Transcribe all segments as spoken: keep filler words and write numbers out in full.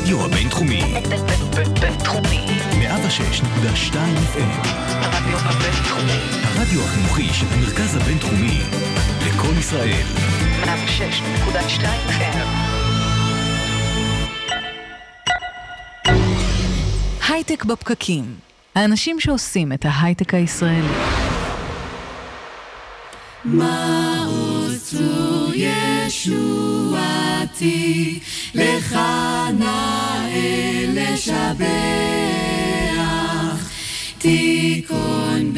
הרדיו הבינתחומי. בינתחומי. מאה ושש נקודה שתיים אף אם. הרדיו הבינתחומי. הרדיו החינוכי של המרכז הבינתחומי. לכל ישראל. מאה ושש נקודה שתיים אף אם. הייטק בפקקים. האנשים שעושים את ההייטק הישראלי. מה עשו ישועתי, לך נאה לשבח, תיקון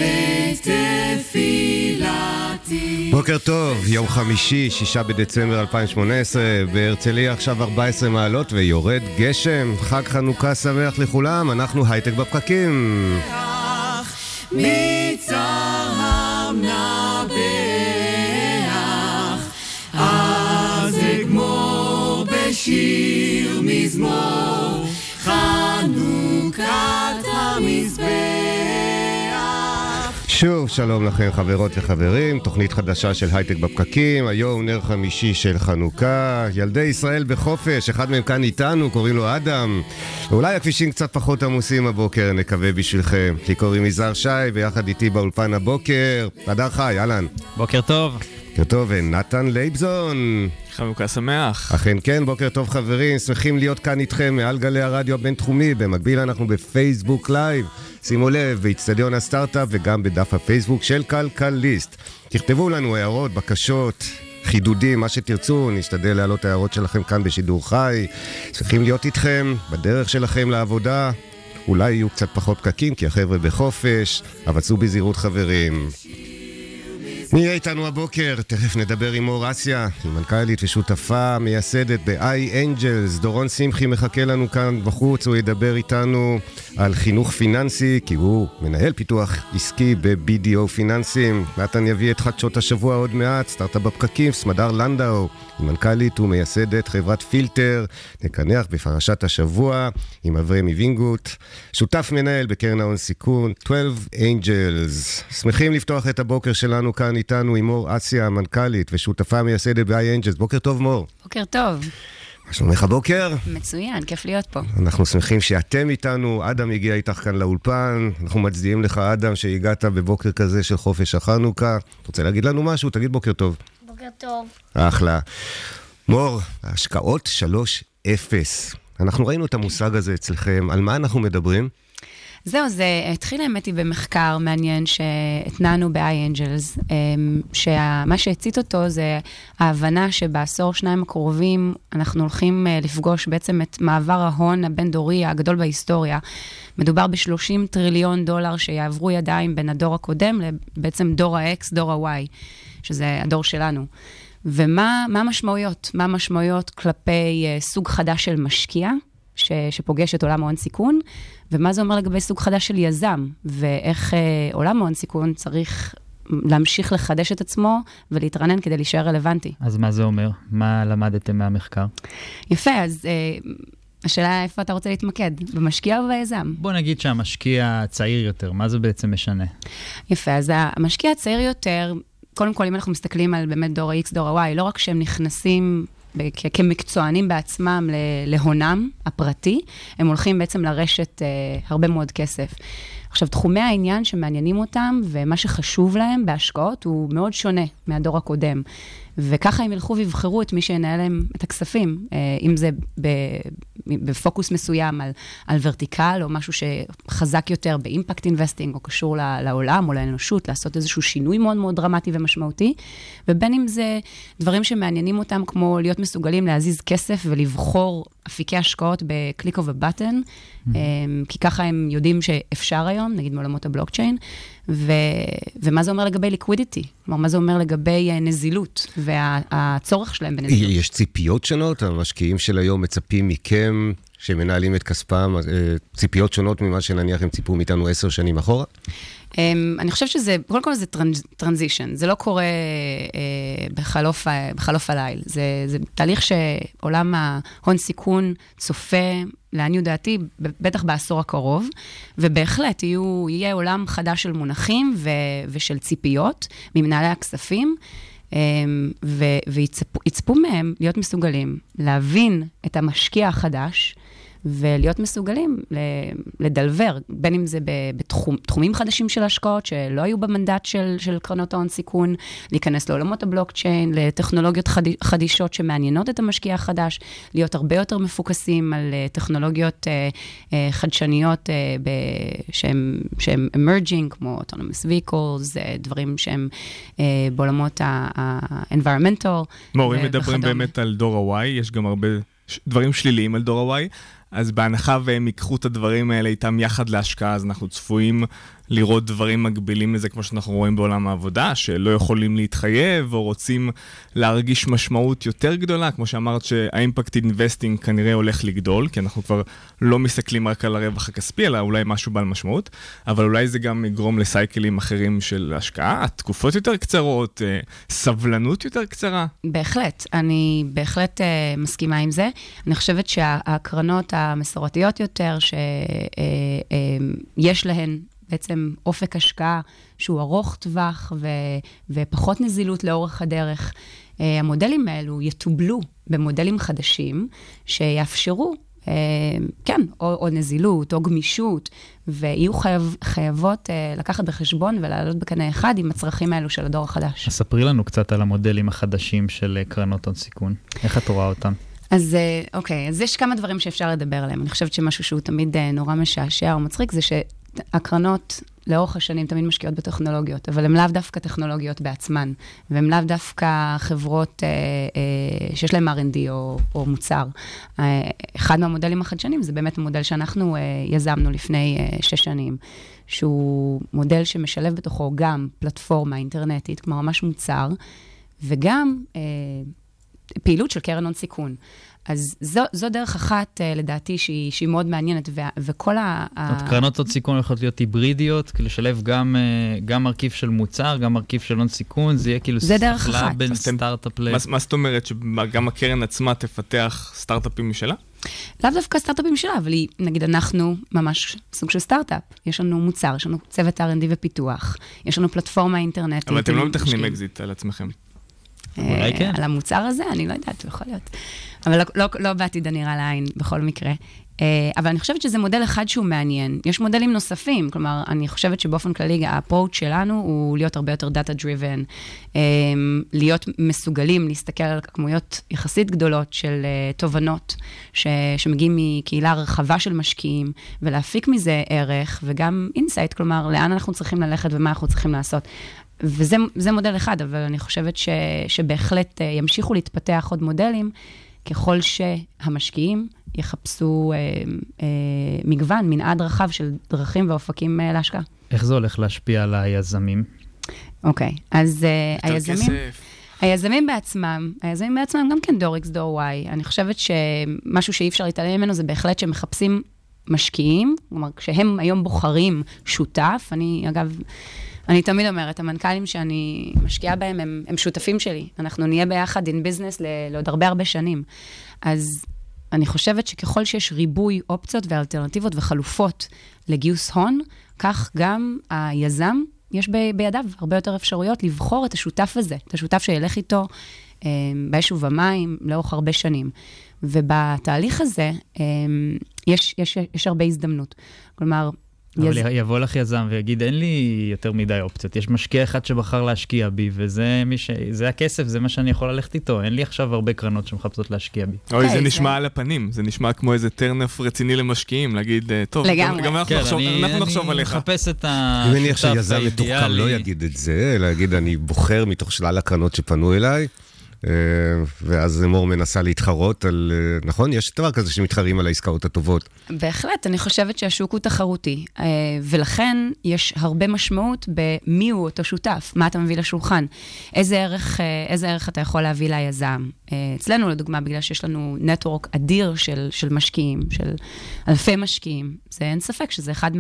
בתפילתי. בוקר טוב, יום חמישי, שישה בדצמבר אלפיים שמונה עשרה, בהרצליה עכשיו ארבע עשרה מעלות ויורד גשם. חג חנוכה שמח לכולם, אנחנו הייטק בפקקים. מצעם נבח, אז אגמור בשיר מזמור, חנוכת המזבח. שוב, שלום לכם חברות וחברים, תוכנית חדשה של הייטק בפקקים, היום נר חמישי של חנוכה, ילדי ישראל בחופש, אחד מהם כאן איתנו, קוראים לו אדם, אולי הכבישים קצת פחות עמוסים הבוקר, נקווה בשבילכם, לי קוראים יזהר שי, ויחד איתי באולפן הבוקר, אדר חי, אהלן. בוקר טוב. בוקר טוב, ונתן לייבזון. חנוכה שמח. אכן כן, בוקר טוב חברים, שמחים להיות כאן איתכם מעל גלי הרדיו הבינתחומי, במקביל אנחנו בפייסבוק לייב, שימו לב, באצטדיון הסטארט-אפ וגם בדף הפייסבוק של כלכליסט. תכתבו לנו הערות, בקשות, חידודים, מה שתרצו, נשתדל להעלות הערות שלכם כאן בשידור חי. שמחים להיות איתכם בדרך שלכם לעבודה, אולי יהיו קצת פחות פקקים כי החבר'ה בחופש, אבל צאו בזהירות חברים. מי יהיה איתנו הבוקר? תכף נדבר עם אור אסיה, היא מנכ"לית ושותפה מייסדת ב-iAngels. דורון שמחי מחכה לנו כאן בחוץ, הוא ידבר איתנו על חינוך פיננסי, כי הוא מנהל פיתוח עסקי ב-בי די או פיננסים. נתן יביא את חדשות השבוע עוד מעט, סטארט-אפ בפקקים, סמדר לנדאו, היא מנכ"לית ומייסדת חברת פילטר. נקנח בפרשת השבוע עם אברמי וינגוט, שותף מנהל בקרן ההון סיכון, שתים עשרה Angels. שמחים לפתוח את הבוקר שלנו כאן איתנו עם אור אסיה, המנכ"לית ושותפה מייסדת ב-iAngels. בוקר טוב מור. בוקר טוב. מה שלומך הבוקר? מצוין, כיף להיות פה. אנחנו שמחים שאתם איתנו, אדם הגיע איתך כאן לאולפן, אנחנו מצדיעים לך אדם שהגעת בבוקר כזה של חופש החנוכה. אתה רוצה להגיד לנו משהו? תגיד בוקר טוב. בוקר טוב. אחלה. מור, ההשקעות שלוש אפס. אנחנו ראינו את המושג הזה אצלכם, על מה אנחנו מדברים? זהו, זה התחיל האמת היא במחקר מעניין שהתנענו ב-iAngels, שמה שהצית אותו זה ההבנה שבעשור שניים הקרובים אנחנו הולכים לפגוש בעצם את מעבר ההון הבין-דורי הגדול בהיסטוריה. מדובר ב-שלושים טריליון דולר שיעברו ידיים בין הדור הקודם לבעצם דור ה-X, דור ה-Y, שזה הדור שלנו. ומה מה המשמעויות? מה המשמעויות כלפי סוג חדש של משקיע, ש, שפוגש את עולם ההון סיכון, ומה זה אומר לגבי סוג חדש של יזם, ואיך אה, עולם ההון סיכון צריך להמשיך לחדש את עצמו, ולהתרענן כדי להישאר רלוונטי. אז מה זה אומר? מה למדתם מהמחקר? יפה, אז אה, השאלה איפה אתה רוצה להתמקד, במשקיע או ביזם? בוא נגיד שהמשקיע צעיר יותר, מה זה בעצם משנה? יפה, אז המשקיע הצעיר יותר, קודם כל אם אנחנו מסתכלים על באמת דור ה-X, דור ה-Y, לא רק שהם נכנסים כמקצוענים בעצמם להונם הפרטי, הם הולכים בעצם לרשת הרבה מאוד כסף. עכשיו, תחומי העניין שמעניינים אותם, ומה שחשוב להם בהשקעות, הוא מאוד שונה מהדור הקודם. וככה הם ילכו ויבחרו את מי שינהל להם את הכספים, אם זה בפוקוס מסוים על, על ורטיקל, או משהו שחזק יותר באימפקט אינבסטינג, או קשור לעולם או לאנושות, לעשות איזשהו שינוי מאוד מאוד דרמטי ומשמעותי, ובין אם זה דברים שמעניינים אותם, כמו להיות מסוגלים להזיז כסף ולבחור אפיקי השקעות בקליק אוף הבטן, mm-hmm. כי ככה הם יודעים שאפשר היום, נגיד מעולמות הבלוקצ'יין, ו... ומה זה אומר לגבי ליקווידיטי? כלומר, מה זה אומר לגבי נזילות, והצורך שלהם בנזילות? יש ציפיות שונות, המשקיעים של היום מצפים מכם, שמנהלים את כספם, ציפיות שונות ממה שנניח הם ציפו מאיתנו עשר שנים אחורה? אני חושבת שזה, קודם כל זה טרנזישן, זה לא קורה בחלוף, בחלוף הליל. זה, זה תהליך שעולם ההון סיכון צופה, לעניות דעתי, בטח בעשור הקרוב, ובהחלט יהיו, יהיה עולם חדש של מונחים ו, ושל ציפיות ממנהלי הכספים, ויצפו מהם להיות מסוגלים להבין את המשקיע החדש, ולהיות מסוגלים לדלבר, בין אם זה בתחומים חדשים של השקעות, שלא היו במנדט של, של קרנות ההון סיכון, להיכנס לעולמות הבלוקצ'יין, לטכנולוגיות חדישות שמעניינות את המשקיע החדש, להיות הרבה יותר מפוקסים על טכנולוגיות חדשניות שהם, שהם emerging, כמו autonomous vehicles, דברים שהם בעולמות ה-environmental. מורים מדברים באמת על דור ה-Y, יש גם הרבה דברים שליליים על דור ה-Y, אז בהנחה והם ייקחו את הדברים האלה איתם יחד להשקעה, אז אנחנו צפויים לראות דברים מגבילים לזה, כמו שאנחנו רואים בעולם העבודה, שלא יכולים להתחייב, או רוצים להרגיש משמעות יותר גדולה, כמו שאמרת שהאימפקט אינבסטינג כנראה הולך לגדול, כי אנחנו כבר לא מסתכלים רק על הרווח הכספי, אלא אולי משהו בעל משמעות, אבל אולי זה גם יגרום לסייקלים אחרים של השקעה, תקופות יותר קצרות, סבלנות יותר קצרה. בהחלט, אני בהחלט uh, מסכימה עם זה. אני חושבת שהקרנות המסורתיות יותר, שיש להן בעצם אופק השקעה שהוא ארוך טווח ו- ופחות נזילות לאורך הדרך. Uh, המודלים האלו יטובלו במודלים חדשים שיאפשרו, uh, כן, או, או נזילות או גמישות, ויהיו חייב, חייבות uh, לקחת בחשבון ולעלות בקנה אחד עם הצרכים האלו של הדור החדש. אז ספרי לנו קצת על המודלים החדשים של קרנות הון סיכון. איך את רואה אותם? אז אוקיי, אז יש כמה דברים שאפשר לדבר עליהם. אני חושבת שמשהו שהוא תמיד נורא משעשע או מצחיק, זה שהקרנות לאורך השנים תמיד משקיעות בטכנולוגיות, אבל הן לאו דווקא טכנולוגיות בעצמן, והן לאו דווקא חברות אה, אה, שיש להן אר אנד די או, או מוצר. אה, אחד מהמודלים החדשנים זה באמת המודל שאנחנו אה, יזמנו לפני אה, שש שנים, שהוא מודל שמשלב בתוכו גם פלטפורמה אינטרנטית, כלומר ממש מוצר, וגם אה, פעילות של קרן הון סיכון. אז זו, זו דרך אחת, לדעתי, שהיא, שהיא מאוד מעניינת, ו, וכל ה... קרנות הון סיכון יכולות להיות היברידיות, לשלב גם, גם מרכיב של מוצר, גם מרכיב של הון סיכון, זה יהיה כאילו שכלה בין סטארט-אפ ל... מה זאת אומרת, שגם הקרן עצמה תפתח סטארט-אפים משלה? לאו דווקא סטארט-אפים משלה, אבל היא, נגיד, אנחנו ממש סוג של סטארט-אפ. יש לנו מוצר, יש לנו צוות אר אנד די ופיתוח, יש לנו פלטפורמה אינטרנטית. אבל אתם לא מתכננים אקזיט על עצמכם. אולי כן. על המוצר הזה, אני לא יודעת, יכול להיות. אבל לא, לא, לא בעתיד הנראה לעין, בכל מקרה. אבל אני חושבת שזה מודל אחד שהוא מעניין. יש מודלים נוספים, כלומר, אני חושבת שבאופן כללי, האפרוץ' שלנו הוא להיות הרבה יותר data-driven, להיות מסוגלים להסתכל על כמויות יחסית גדולות של תובנות, ש, שמגיעים מקהילה רחבה של משקיעים, ולהפיק מזה ערך, וגם אינסייט, כלומר, לאן אנחנו צריכים ללכת ומה אנחנו צריכים לעשות. וזה זה מודל אחד, אבל אני חושבת ש, שבהחלט ימשיכו להתפתח עוד מודלים, ככל שהמשקיעים יחפשו אה, אה, מגוון, מנעד רחב של דרכים ואופקים אה, להשקעה. איך זה הולך להשפיע על היזמים? אוקיי, אז אה, היזמים... כסף. היזמים בעצמם, היזמים בעצמם גם כן דור X, דור Y. אני חושבת שמשהו שאי אפשר להתעלם ממנו זה בהחלט שהם מחפשים משקיעים, כלומר, כשהם היום בוחרים שותף, אני אגב... אני תמיד אומרת, המנכ"לים שאני משקיעה בהם, הם, הם שותפים שלי. אנחנו נהיה ביחד in business לעוד הרבה הרבה שנים. אז אני חושבת שככל שיש ריבוי אופציות ואלטרנטיבות וחלופות לגיוס הון, כך גם היזם, יש ב, בידיו הרבה יותר אפשרויות לבחור את השותף הזה, את השותף שילך איתו אה, באש ובמים לאורך הרבה שנים. ובתהליך הזה אה, יש, יש, יש הרבה הזדמנות. כלומר, אבל יז... יבוא לך יזם ויגיד, אין לי יותר מדי אופציות, יש משקיע אחד שבחר להשקיע בי, וזה מי ש... זה הכסף, זה מה שאני יכול ללכת איתו, אין לי עכשיו הרבה קרנות שמחפשות להשקיע בי. אוי, זה נשמע על הפנים, זה נשמע כמו איזה טרנף רציני למשקיעים, להגיד, טוב, גם אנחנו נחשוב עליך. אני מחפש את השותף האידיאלי. אני מניח שיזם מתוחכם לא יגיד את זה, אלא יגיד, אני בוחר מתוך שלל הקרנות שפנו אליי, ואז מור מנסה להתחרות על, נכון? יש דבר כזה שמתחרים על העסקאות הטובות. בהחלט, אני חושבת שהשוק הוא תחרותי, ולכן יש הרבה משמעות במי הוא אותו שותף, מה אתה מביא לשולחן, איזה ערך, איזה ערך אתה יכול להביא ליזם. אצלנו, לדוגמה, בגלל שיש לנו נטוורק אדיר של, של משקיעים, של אלפי משקיעים, זה אין ספק שזה אחד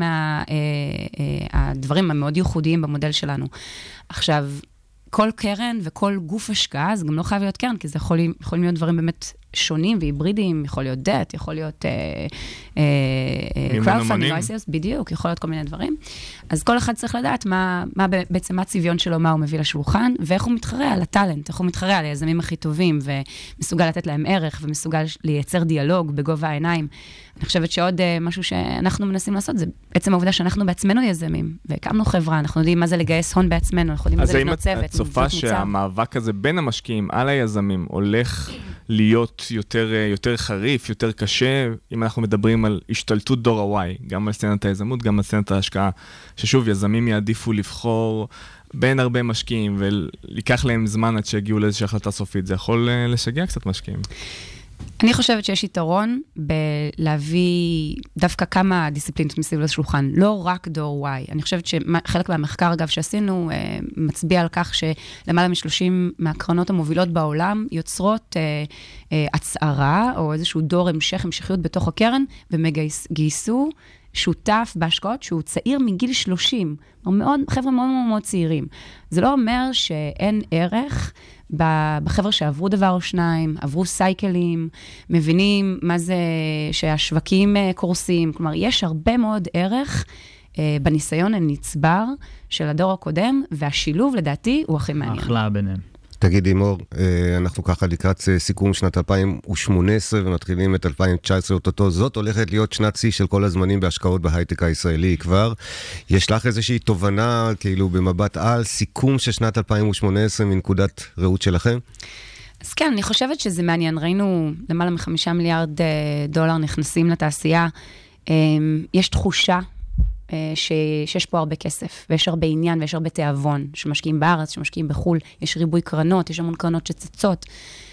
מהדברים המאוד ייחודיים במודל שלנו. עכשיו, כל קרן וכל גוף השקעה, זה גם לא חייב להיות קרן, כי זה יכול, יכולים להיות דברים באמת שונים והיברידיים, יכול להיות debt, יכול להיות crowdfunding, בדיוק, יכול להיות כל מיני דברים. אז כל אחד צריך לדעת מה, מה בעצם מה הצביון שלו, מה הוא מביא לשולחן, ואיך הוא מתחרה על הטלנט, איך הוא מתחרה על היזמים הכי טובים, ומסוגל לתת להם ערך, ומסוגל לייצר דיאלוג בגובה העיניים. אני חושבת שעוד משהו שאנחנו מנסים לעשות, זה בעצם העובדה שאנחנו בעצמנו יזמים, והקמנו חברה, אנחנו יודעים מה זה לגייס הון בעצמנו, אנחנו יודעים מה זה לבנות צוות. אז האם את צופה שהמאבק הזה בין המשקיעים על היזמים הולך להיות יותר, יותר חריף, יותר קשה, אם אנחנו מדברים על השתלטות דור ה-Y, גם על סצנת היזמות, גם על סצנת ההשקעה, ששוב, יזמים יעדיפו לבחור בין הרבה משקיעים, וליקח להם זמן עד שהגיעו לאיזושהי החלטה סופית. זה יכול לשגע קצת משקיעים. אני חושבת שיש יתרון בלהביא דווקא כמה דיסציפלינות מסביב לשולחן, לא רק דור Y. אני חושבת שחלק מהמחקר, אגב, שעשינו, מצביע על כך שלמעלה מ-שלושים מהקרנות המובילות בעולם יוצרות הצערה, או איזשהו דור המשך, המשכיות בתוך הקרן, ומגייסו שותף בהשקעות שהוא צעיר מגיל שלושים. מאוד, חבר'ה מאוד מאוד מאוד צעירים. זה לא אומר שאין ערך בחבר'ה שעברו דבר או שניים, עברו סייקלים, מבינים מה זה שהשווקים קורסים. כלומר, יש הרבה מאוד ערך בניסיון הנצבר של הדור הקודם, והשילוב לדעתי הוא הכי מעניין. אחלה ביניהם. תגידי מור, אנחנו ככה לקראת סיכום שנת אלפיים שמונה עשרה ומתחילים את אלפיים תשע עשרה אותו, זאת הולכת להיות שנת שיא של כל הזמנים בהשקעות בהייטק הישראלי כבר. יש לך איזושהי תובנה, כאילו במבט על, סיכום של שנת אלפיים שמונה עשרה מנקודת ראות שלכם? אז כן, אני חושבת שזה מעניין. ראינו למעלה מחמישה מיליארד דולר נכנסים לתעשייה. יש תחושה שיש פה הרבה כסף, ויש הרבה עניין, ויש הרבה תיאבון, שמשקיעים בארץ, שמשקיעים בחול, יש ריבוי קרנות, יש המון קרנות שצצות.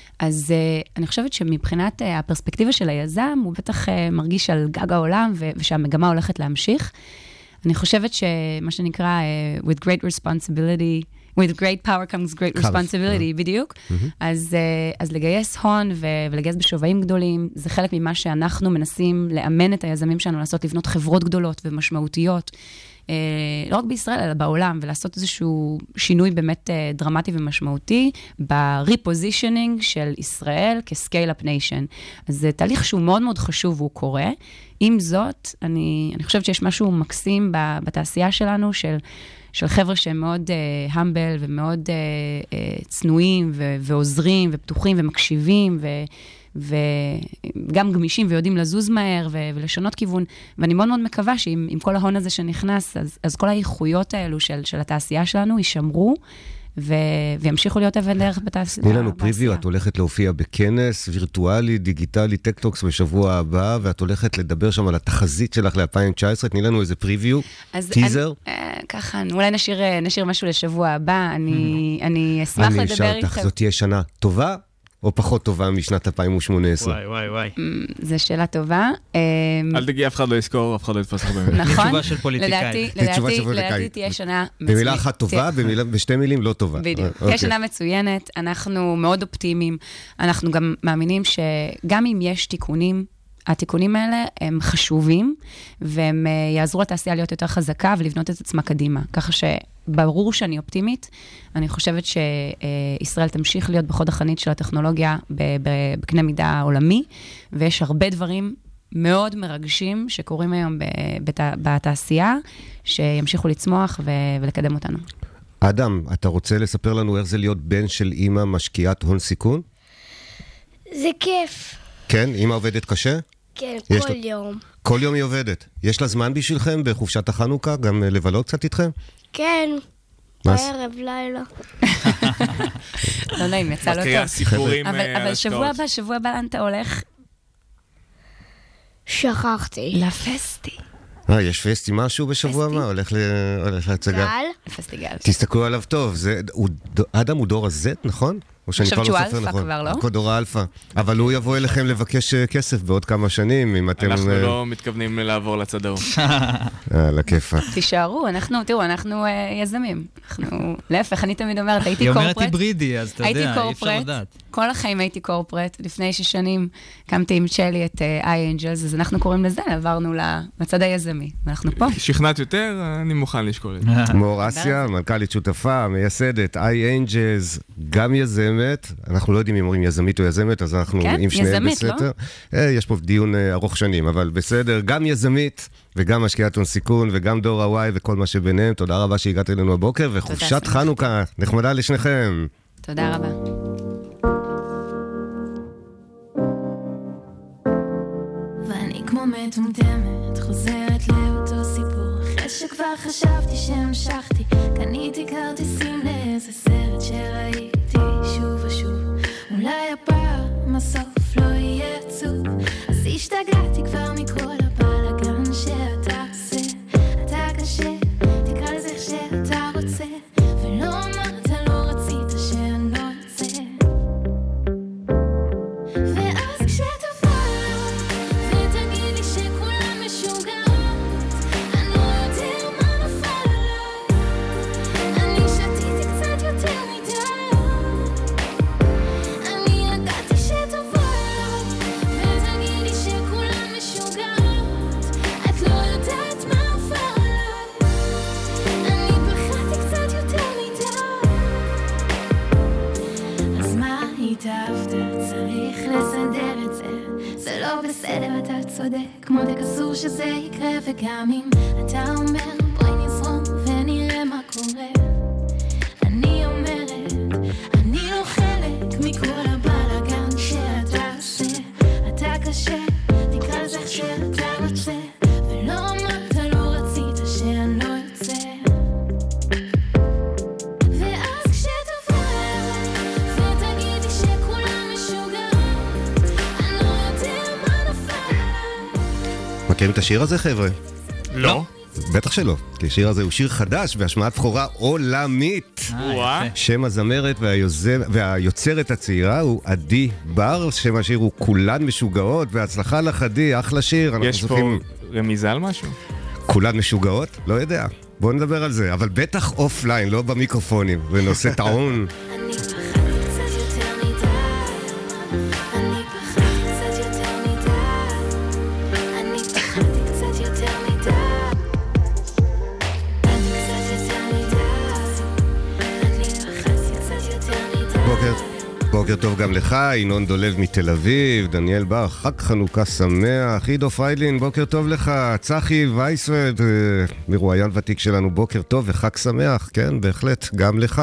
אז אני חושבת שמבחינת הפרספקטיבה של היזם, הוא בטח מרגיש על גג העולם, ושהמגמה הולכת להמשיך. אני חושבת שמה שנקרא, with great responsibility, with great power comes great responsibility, בדיוק. אז, אז לגייס הון ולגייס בשווים גדולים, זה חלק ממה שאנחנו מנסים לאמן את היזמים שלנו, לעשות לבנות חברות גדולות ומשמעותיות, לא רק בישראל, אלא בעולם, ולעשות איזשהו שינוי באמת דרמטי ומשמעותי, ב-repositioning של ישראל כ-scale-up nation. אז זה תהליך שהוא מאוד מאוד חשוב והוא קורה. עם זאת, אני, אני חושבת שיש משהו מקסים בתעשייה שלנו, של של חבר'ה שהם מאוד uh, humble ומאוד uh, uh, צנועים ו- ועוזרים ופתוחים ומקשיבים ו- וגם גמישים ויודעים לזוז מהר ו- ולשנות כיוון. ואני מאוד מאוד מקווה שעם עם כל ההון הזה שנכנס, אז, אז כל האיכויות האלו של, של התעשייה שלנו יישמרו, ו- וימשיכו להיות אבן דרך בתעשייה. תני לנו פריוויו, את הולכת להופיע בכנס וירטואלי, דיגיטלי, טק-טוקס בשבוע הבא, ואת הולכת לדבר שם על התחזית שלך ל-אלפיים תשע עשרה, תני לנו איזה פריוויו, טיזר. ככה, אולי נשאיר, נשאיר משהו לשבוע הבא, אני, אני אשמח לדבר איתכם. אני אשאל אותך, זאת תהיה שנה טובה או פחות טובה משנת אלפיים שמונה עשרה? וואי, וואי, וואי. זו שאלה טובה. אל תגיע, אף אחד לא יזכור, אף אחד לא יתפס הרבה. נכון. תשובה של פוליטיקאי. לדעתי תהיה שנה מצוינת. במילה אחת טובה, בשתי מילים לא טובה. בדיוק. תהיה שנה מצוינת, אנחנו מאוד אופטימיים, אנחנו גם מאמינים שגם אם יש תיקונים, התיקונים האלה הם חשובים, והם יעזרו לתעשייה להיות יותר חזקה ולבנות את עצמה קדימה. ככה שברור שאני אופטימית, אני חושבת שישראל תמשיך להיות בחוד החנית של הטכנולוגיה בקנה מידה עולמי, ויש הרבה דברים מאוד מרגשים שקורים היום בתעשייה, שימשיכו לצמוח ולקדם אותנו. אדם, אתה רוצה לספר לנו איך זה להיות בן של אמא משקיעת הון סיכון? זה כיף. כן? אמא עובדת קשה? כן, כל לה... יום. כל יום היא עובדת. יש לה זמן בשבילכם בחופשת החנוכה, גם לבלות קצת איתכם? כן, בערב, לילה. לא נעים, יצא לא טוב. אבל שבוע הבא, שבוע הבא, לאן אתה הולך? שכחתי. לפסטי. אה, יש פסטי משהו בשבוע הבא? הולך להצגה? גל? פסטיגל. תסתכלו עליו טוב, אדם הוא דור הזט, נכון? אני חושבת שהוא אלפא כבר, לא? הוא דור האלפא. אבל הוא יבוא אליכם לבקש כסף בעוד כמה שנים, אם אתם... אנחנו לא מתכוונים לעבור לצד ההוא. אה, לכיפה. תישארו, אנחנו, תראו, אנחנו יזמים. אנחנו, להפך, אני תמיד אומרת, הייתי קורפרט. היא אומרת היברידי, אז אתה יודע, אי אפשר לדעת. כל החיים הייתי קורפרט. לפני שש שנים קמתי עם צ'לי את איי-אנג'לס, אז אנחנו קוראים לזה, עברנו לצד היזמי. ואנחנו פה. שכנעת יותר, אני מוכן לשקול את זה. מור אסיה, מנכ"לית שותפה, מייסדת איי-אנג'לס, גם יזמת, יזמת, אנחנו לא יודעים אם אומרים יזמית או יזמת, אז אנחנו כן, עם שניהם יזמית, בסדר. לא? יש פה דיון ארוך שנים, אבל בסדר, גם יזמית וגם משקיעת הון סיכון וגם דור הוואי וכל מה שביניהם. תודה רבה שהגעת אלינו הבוקר, וחופשת חנוכה נחמדה לשניכם. תודה רבה. ואני כמו מטומטמת, חוזרת לאותו סיפור, אחרי שכבר חשבתי שהמשכתי, קניתי כרטיסים לאיזה סרט שראיתי שוב ושוב, אולי הפעם הסוף לא יהיה עצוב, אז השתגעתי כבר מכל הבלגן שאתה עושה, אתה קשה, תקרא לזה איך שאתה רוצה, ולא אמרת לא רצית שאני לא יוצא, ואז כשתבוא ותגיד לי שכולם משוגעות, אני לא יודע מה נפל עליי, אני שתיתי קצת יותר מדי, אני ידעתי שתבוא ותגיד לי שכולם משוגעות, את לא יודעת מה עבר עליי, אני פחדתי קצת יותר מדי, אז מה התאהבת? צריך לסדר את זה, זה לא בסדר, אתה צודק, כמו דק אסור שזה יקרה, וגם אם אתה אומר בואי נזרום ונראה מה קורה, אני אומרת אני לא חלק מכל הבלגן שאתה עושה, אתה קשה, תקרא לזה איך שאתה רוצה, ולא אמרת לא רצית שאני לא יוצא, ואז כשתבוא ותגיד לי שכולם משוגעות, אני לא יודע מה נפל עליי. מכירים את השיר הזה, חבר'ה? לא. בטח שלא, כי השיר הזה הוא שיר חדש והשמעת בכורה עולמית. אה, יפה. שם הזמרת והיוזר, והיוצרת הצעירה הוא עדי בר, שם השיר הוא כולן משוגעות, והצלחה לך עדי, אחלה שיר. אנחנו יש פה זוכים... רמיזה על משהו? כולן משוגעות? לא יודע. בואו נדבר על זה, אבל בטח אופליין, לא במיקרופונים, ונושא טעון. אני פחדתי קצת יותר מדי, אני פחדתי קצת יותר מדי, אני פחדתי קצת יותר מדי, אני קצת יותר מדי, אני פחדתי קצת יותר מדי. בוקר, בוקר טוב גם לך, ינון דולב מתל אביב, דניאל בר, חג חנוכה שמח, עידו פריידלין, בוקר טוב לך, צחי וייסווד, מרואיין ותיק שלנו, בוקר טוב וחג שמח, כן, בהחלט, גם לך.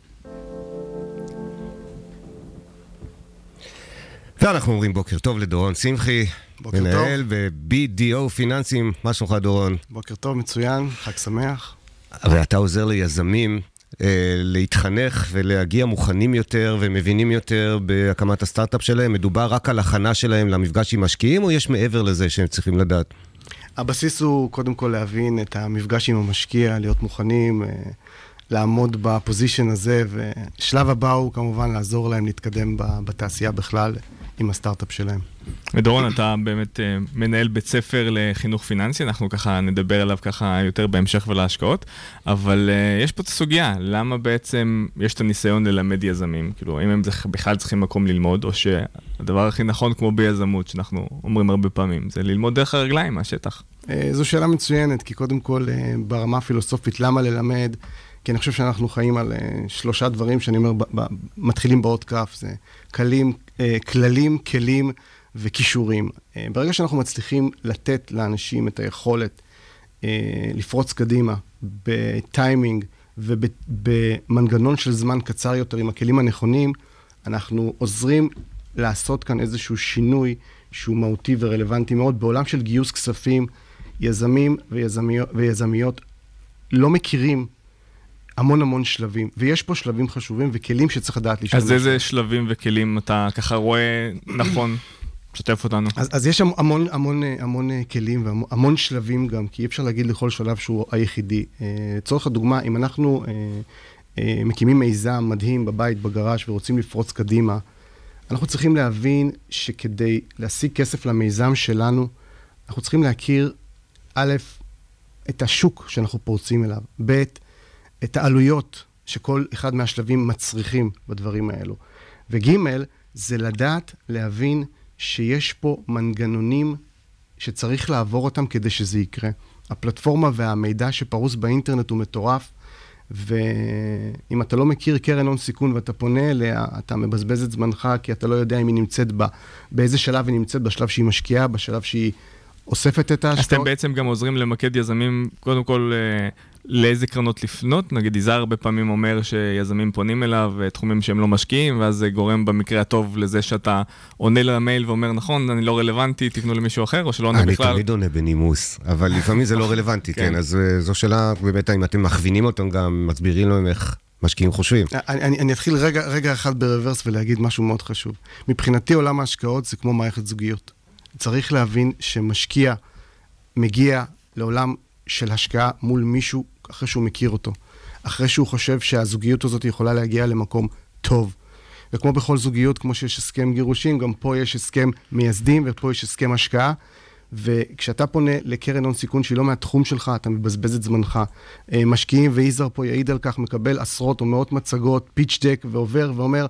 ואנחנו אומרים בוקר טוב לדורון שמחי, מנהל ב-בי די או פיננסים, מה שלומך דורון? בוקר טוב, מצוין, חג שמח. ואתה עוזר ליזמים להתחנך ולהגיע מוכנים יותר ומבינים יותר בהקמת הסטארט-אפ שלהם. מדובר רק על הכנה שלהם למפגש עם משקיעים, או יש מעבר לזה שהם צריכים לדעת? הבסיס הוא קודם כל להבין את המפגש עם המשקיע, להיות מוכנים, לעמוד בפוזישן הזה, ושלב הבא הוא כמובן לעזור להם להתקדם בתעשייה בכלל עם הסטארט-אפ שלהם. ודורון, אתה באמת מנהל בית ספר לחינוך פיננסי, אנחנו ככה נדבר עליו ככה יותר בהמשך ולהשקעות, אבל יש פה את הסוגיה, למה בעצם יש את הניסיון ללמד יזמים? כאילו, אם הם בכלל צריכים מקום ללמוד, או שהדבר הכי נכון כמו ביזמות, שאנחנו אומרים הרבה פעמים, זה ללמוד דרך הרגליים מהשטח. זו שאלה מצוינת, כי קודם כל ברמה הפילוסופית, למה ללמד? כי אני חושב שאנחנו חיים על שלושה דברים שאני אומר, מתחילים בעוד כף, זה כלים, כללים, כלים וכישורים. ברגע שאנחנו מצליחים לתת לאנשים את היכולת לפרוץ קדימה בטיימינג ובמנגנון של זמן קצר יותר עם הכלים הנכונים, אנחנו עוזרים לעשות כאן איזשהו שינוי שהוא מהותי ורלוונטי מאוד. בעולם של גיוס כספים, יזמים ויזמיות, ויזמיות לא מכירים המון המון שלבים, ויש פה שלבים חשובים וכלים שצריך לדעת להשתמש. אז איזה שלבים וכלים אתה ככה רואה נכון? שתף אותנו. אז, אז יש המון, המון, המון כלים והמון שלבים גם, כי אי אפשר להגיד לכל שלב שהוא היחידי. לצורך הדוגמה, אם אנחנו מקימים מיזם מדהים בבית, בגראז' ורוצים לפרוץ קדימה, אנחנו צריכים להבין שכדי להשיג כסף למיזם שלנו, אנחנו צריכים להכיר, א', את השוק שאנחנו פורצים אליו, ב', את העלויות שכל אחד מהשלבים מצריכים בדברים האלו. וג' זה לדעת, להבין שיש פה מנגנונים שצריך לעבור אותם כדי שזה יקרה. הפלטפורמה והמידע שפרוס באינטרנט הוא מטורף, ואם אתה לא מכיר קרן הון סיכון ואתה פונה אליה, אתה מבזבז את זמנך, כי אתה לא יודע אם היא נמצאת בה, באיזה שלב היא נמצאת, בשלב שהיא משקיעה, בשלב שהיא אוספת את ההשקעות. אז אתם בעצם גם עוזרים למקד יזמים, קודם כל, לאיזה קרנות לפנות. נגיד, יזהר הרבה פעמים אומר שיזמים פונים אליו, תחומים שהם לא משקיעים, ואז זה גורם במקרה הטוב לזה שאתה עונה למייל ואומר, נכון, אני לא רלוונטי, תפנו למישהו אחר, או שלא עונה בכלל. אני תמיד עונה בנימוס, אבל לפעמים זה לא רלוונטי, כן. אז זו שאלה, באמת, אם אתם מכווינים אותם גם, מסבירים להם איך משקיעים חושבים. אני, אני אתחיל רגע, רגע אחד ברוורס ולהגיד משהו מאוד חשוב. מבחינתי, עולם ההשקעות זה כמו מערכת זוגיות. צריך להבין שמשקיע מגיע לעולם של השקעה מול מישהו אחרי שהוא מכיר אותו. אחרי שהוא חושב שהזוגיות הזאת יכולה להגיע למקום טוב. וכמו בכל זוגיות, כמו שיש הסכם גירושים, גם פה יש הסכם מייסדים ופה יש הסכם השקעה. וכשאתה פונה לקרן הון סיכון שהיא לא מהתחום שלך, אתה מבזבז את זמנך. משקיעים, ויזהר פה יעיד על כך, מקבל עשרות או מאות מצגות, פיץ' דק, ועובר ואומר,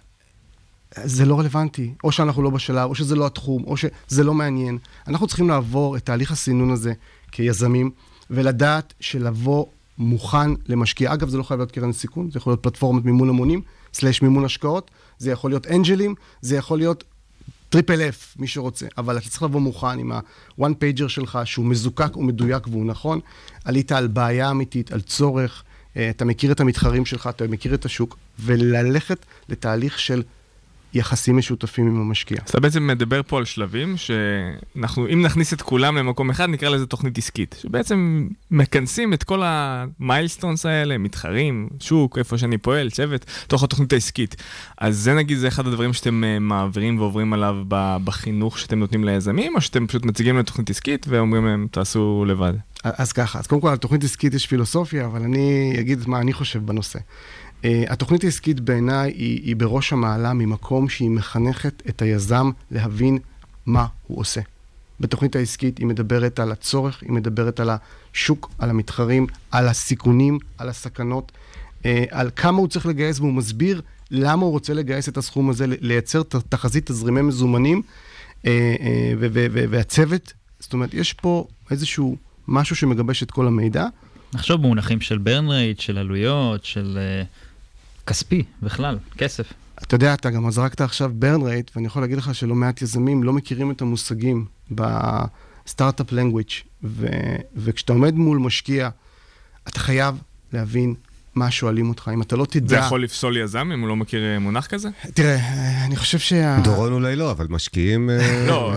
זה לא רלוונטי, או שאנחנו לא בשלב, או שזה לא התחום, או שזה לא מעניין. אנחנו צריכים לעבור את תהליך הסינון הזה כיזמים, ולדעת שלבוא מוכן למשקיע. אגב, זה לא חייב להיות קרן סיכון, זה יכול להיות פלטפורמת מימון המונים, סלש מימון השקעות, זה יכול להיות אנג'לים, זה יכול להיות טריפל אף, מי שרוצה. אבל אתה צריך לבוא מוכן עם ה-one pager שלך, שהוא מזוקק ומדויק והוא נכון. עלית על בעיה אמיתית, על צורך, אתה מכיר את המתחרים שלך, אתה מכיר את השוק, וללכת לתהליך של יחסים משותפים עם המשקיע. אז אתה בעצם מדבר פה על שלבים שאנחנו, אם נכניס את כולם למקום אחד, נקרא לזה תוכנית עסקית, שבעצם מכנסים את כל המיילסטונס האלה, מתחרים, שוק, איפה שאני פועל, צוות, תוך התוכנית העסקית. אז זה נגיד, זה אחד הדברים שאתם מעבירים ועוברים עליו בחינוך שאתם נותנים ליזמים, או שאתם פשוט מציגים לתוכנית עסקית ואומרים להם, תעשו לבד. אז ככה, אז קודם כל, על תוכנית עסקית יש פילוסופיה, אבל אני אגיד מה אני חושב בנושא. Uh, התוכנית העסקית בעיניי היא, היא בראש המעלה ממקום שהיא מחנכת את היזם להבין מה הוא עושה. בתוכנית העסקית היא מדברת על הצורך, היא מדברת על השוק, על המתחרים, על הסיכונים, על הסכנות, uh, על כמה הוא צריך לגייס, והוא מסביר למה הוא רוצה לגייס את הסכום הזה, לייצר תחזית תזרימי מזומנים, uh, uh, ו- ו- ו- והצוות, זאת אומרת, יש פה איזשהו משהו שמגבש את כל המידע. נחשוב במונחים של ברן רייט, של עלויות, של uh, כספי, בכלל, כסף. אתה יודע, אתה גם זרקת עכשיו ברן רייט, ואני יכול להגיד לך שלא מעט יזמים לא מכירים את המושגים בסטארט-אפ לנגוויץ', ו- וכשאתה עומד מול משקיע, אתה חייב להבין מה שואלים אותך. אם אתה לא תדע... זה יכול לפסול יזם אם הוא לא מכיר מונח כזה? תראה, אני חושב שה... דורון אולי לא, אבל משקיעים... לא,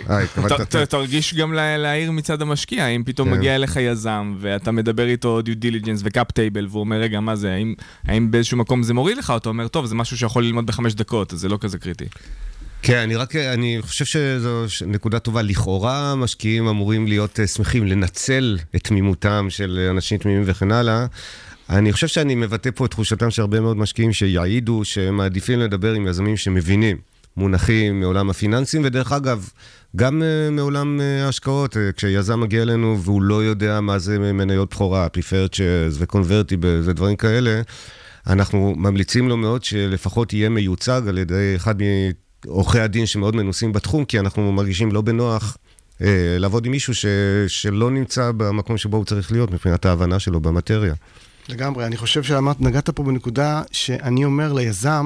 תרגיש גם להעיר מצד המשקיע, אם פתאום מגיע אליך יזם, ואתה מדבר איתו דיו דיליג'נס וקאפ טייבל, והוא אומר, רגע, מה זה? האם באיזשהו מקום זה מוריד לך? אתה אומר, טוב, זה משהו שיכול ללמוד בחמש דקות, אז זה לא כזה קריטי. כן, אני רק, אני חושב שזו נקודה טובה. לכאורה, משקיעים אמורים להיות שמחים לנצל את תמימותם של אנשים תמימים וכן הלאה. אני חושב שאני מבטא פה את תחושתם של הרבה מאוד משקיעים שיעידו שהם מעדיפים לדבר עם יזמים שמבינים מונחים מעולם הפיננסים, ודרך אגב, גם מעולם ההשקעות, כשיזם מגיע אלינו והוא לא יודע מה זה מניות בחורה, preferred shares ו-convertible ודברים כאלה, אנחנו ממליצים לו מאוד שלפחות יהיה מיוצג על ידי אחד מעורכי הדין שמאוד מנוסים בתחום, כי אנחנו מרגישים לא בנוח לעבוד עם מישהו ש... שלא נמצא במקום שבו הוא צריך להיות מבחינת ההבנה שלו במטריה. לגמרי, אני חושב שאמרת, נגעת פה בנקודה שאני אומר ליזם,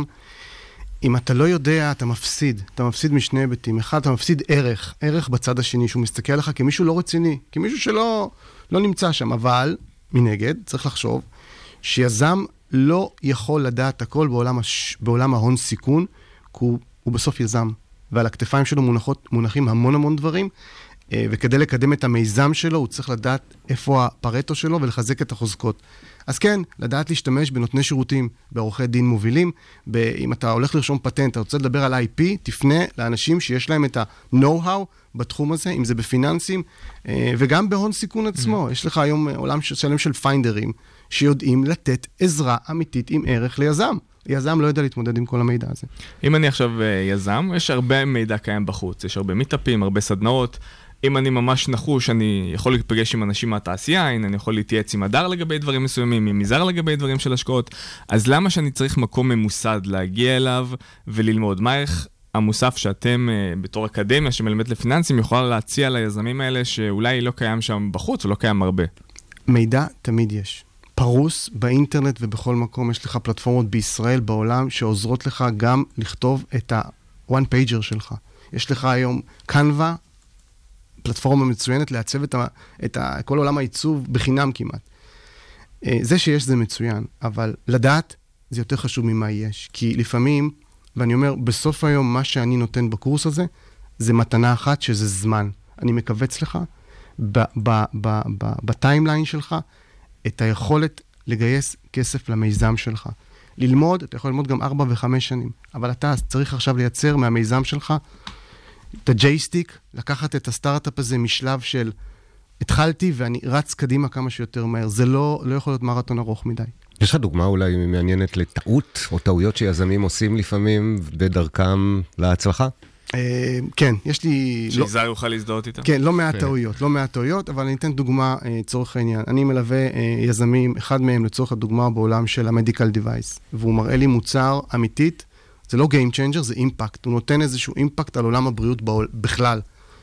אם אתה לא יודע, אתה מפסיד. אתה מפסיד משני היבטים. אחד, אתה מפסיד ערך, ערך בצד השני, שהוא מסתכל עליך כמישהו לא רציני, כמישהו שלא לא נמצא שם. אבל, מנגד, צריך לחשוב, שיזם לא יכול לדעת הכל בעולם, הש... בעולם ההון סיכון, כי הוא, הוא בסוף יזם. ועל הכתפיים שלו מונחות, מונחים המון המון דברים, וכדי לקדם את המיזם שלו, הוא צריך לדעת איפה הפרטו שלו ולחזק את החוזקות. אז כן, לדעת להשתמש בנותני שירותים, בעורכי דין מובילים, אם אתה הולך לרשום פטנט, אתה רוצה לדבר על איי פי, תפנה לאנשים שיש להם את ה-know-how בתחום הזה, אם זה בפיננסים, וגם בהון סיכון עצמו. יש לך היום עולם שלם של פיינדרים, שיודעים לתת עזרה אמיתית עם ערך ליזם. יזם לא יודע להתמודד עם כל המידע הזה. אם אני עכשיו יזם, יש הרבה מידע קיים בחוץ, יש הרבה מיטאפים, הרבה סדנאות. אם אני ממש נחוש, אני יכול להיפגש עם אנשים מהתעשייה, אני יכול להתייעץ עם הדר לגבי דברים מסוימים, עם מזר לגבי דברים של השקעות, אז למה שאני צריך מקום ממוסד להגיע אליו וללמוד? מה איך המוסף שאתם בתור אקדמיה שמלמד לפיננסים יכולה להציע ליזמים האלה שאולי לא קיים שם בחוץ או לא קיים הרבה? מידע תמיד יש. פרוס באינטרנט ובכל מקום. יש לך פלטפורמות בישראל, בעולם, שעוזרות לך גם לכתוב את ה-one pager שלך. יש לך היום קנווה, פלטפורמה מצוינת לעצב את, ה, את ה, כל עולם העיצוב בחינם כמעט. זה שיש זה מצוין, אבל לדעת זה יותר חשוב ממה יש. כי לפעמים, ואני אומר, בסוף היום מה שאני נותן בקורס הזה, זה מתנה אחת שזה זמן. אני מקווץ לך בטיימליין שלך את היכולת לגייס כסף למיזם שלך. ללמוד, אתה יכול ללמוד גם ארבע וחמש שנים, אבל אתה צריך עכשיו לייצר מהמיזם שלך את הג'ייסטיק, לקחת את הסטארט-אפ הזה משלב של התחלתי ואני רץ קדימה כמה שיותר מהר. זה לא, לא יכול להיות מרתון ארוך מדי. יש לך דוגמה אולי מעניינת לטעות או טעויות שיזמים עושים לפעמים בדרכם להצלחה? כן, יש לי... שיזהר יוכל להזדהות איתה? כן, לא מעט טעויות, לא מעט טעויות, אבל אני אתן דוגמה צורך העניין. אני מלווה יזמים, אחד מהם לצורך הדוגמה בעולם של המדיקל דיווייס, והוא מראה לי מוצר אמיתית, זה לא Game Changer, זה אימפקט. הוא נותן איזשהו אימפקט על עולם הבריאות בכלל.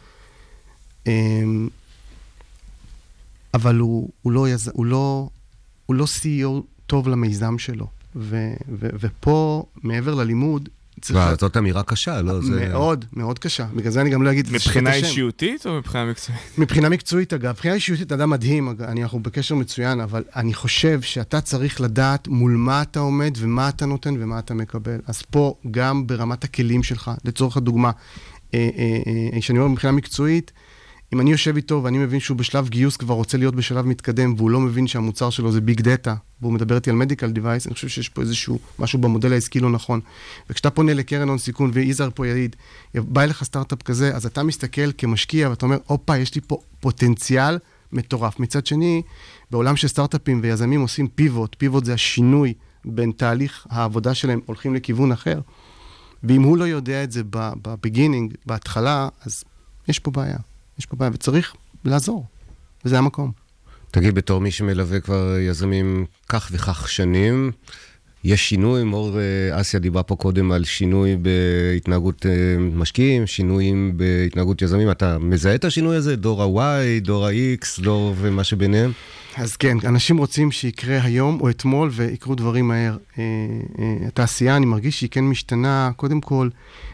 אבל הוא, הוא לא, יז... הוא לא, הוא לא סי אי או טוב למיזם שלו. ו... ו... ופה, מעבר ללימוד, צריכה... זאת אמירה קשה, לא? זה... מאוד, מאוד קשה. בגלל זה אני גם לא אגיד... מבחינה אישיותית או מבחינה מקצועית? מבחינה מקצועית, אגב. מבחינה אישיותית, אדם מדהים, אנחנו בקשר מצוין, אבל אני חושב שאתה צריך לדעת מול מה אתה עומד ומה אתה נותן ומה אתה מקבל. אז פה, גם ברמת הכלים שלך, לצורך הדוגמה, שאני אומר מבחינה מקצועית, אם אני יושב איתו ואני מבין שהוא בשלב גיוס כבר רוצה להיות בשלב מתקדם, והוא לא מבין שהמוצר שלו זה ביג דאטה, והוא מדבר איתי על מדיקל דיווייס, אני חושב שיש פה איזשהו משהו במודל העסקי לא נכון. וכשאתה פונה לקרן הון סיכון, ויזהר פה יעיד, בא אליך סטארט-אפ כזה, אז אתה מסתכל כמשקיע, ואתה אומר, אופה, יש לי פה פוטנציאל מטורף. מצד שני, בעולם של סטארט-אפים ויזמים עושים פיבוט, פיבוט זה השינוי בין תהליך העבודה שלהם, הולכים לכיוון אחר. ואם הוא לא יודע את זה בבגינינג, בהתחלה, אז יש פה בעיה. יש פה בעיה, וצריך לעזור. וזה המקום. תגיד, בתור מי שמלווה כבר יזמים כך וכך שנים, יש שינוי, מור אסיה דיברה פה קודם על שינוי בהתנהגות משקיעים, שינויים בהתנהגות יזמים. אתה מזהה את השינוי הזה? דור ה-Y, דור ה-X, דור ומה שביניהם? אז כן, אנשים רוצים שיקרה היום או אתמול ויקרו דברים מהר. התעשייה, אני מרגיש שהיא כן משתנה, קודם כל,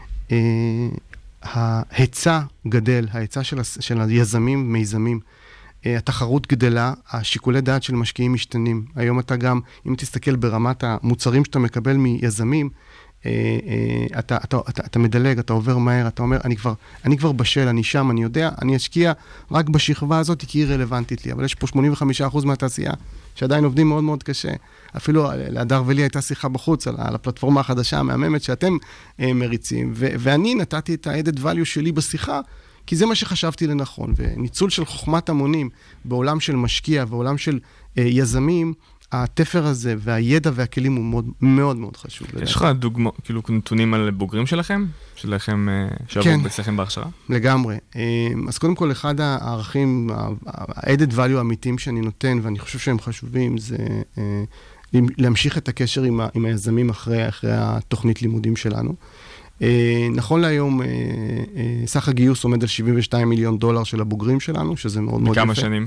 ההיצע גדל, ההיצע של, של היזמים, מיזמים, התחרות גדלה, השיקולי דעת של משקיעים משתנים. היום אתה גם, אם תסתכל ברמת המוצרים שאתה מקבל מיזמים, אתה, אתה, אתה, אתה מדלג, אתה עובר מהר, אתה אומר, אני כבר, אני כבר בשל, אני שם, אני יודע, אני אשקיע רק בשכבה הזאת, כי היא רלוונטית לי. אבל יש פה שמונים וחמישה אחוז מהתעשייה, שעדיין עובדים מאוד מאוד קשה. אפילו להדר ולי הייתה שיחה בחוץ על, על הפלטפורמה החדשה, המהממת שאתם אה, מריצים, ו, ואני נתתי את ה-added value שלי בשיחה, כי זה מה שחשבתי לנכון. וניצול של חוכמת המונים בעולם של משקיע ועולם של אה, יזמים, התפר הזה והידע והכלים הוא מאוד מאוד, מאוד חשוב. יש לך דוגמא, כאילו נתונים על בוגרים שלכם? שלכם, שעברו אצלכם בהכשרה? לגמרי. אז קודם כל, אחד הערכים, ה-added value האמיתיים שאני נותן, ואני חושב שהם חשובים, זה להמשיך את הקשר עם, עם היזמים אחרי, אחרי התוכנית לימודים שלנו. נכון להיום, סך הגיוס עומד על שבעים ושניים מיליון דולר של הבוגרים שלנו, שזה מאוד מאוד יפה. בכמה שנים?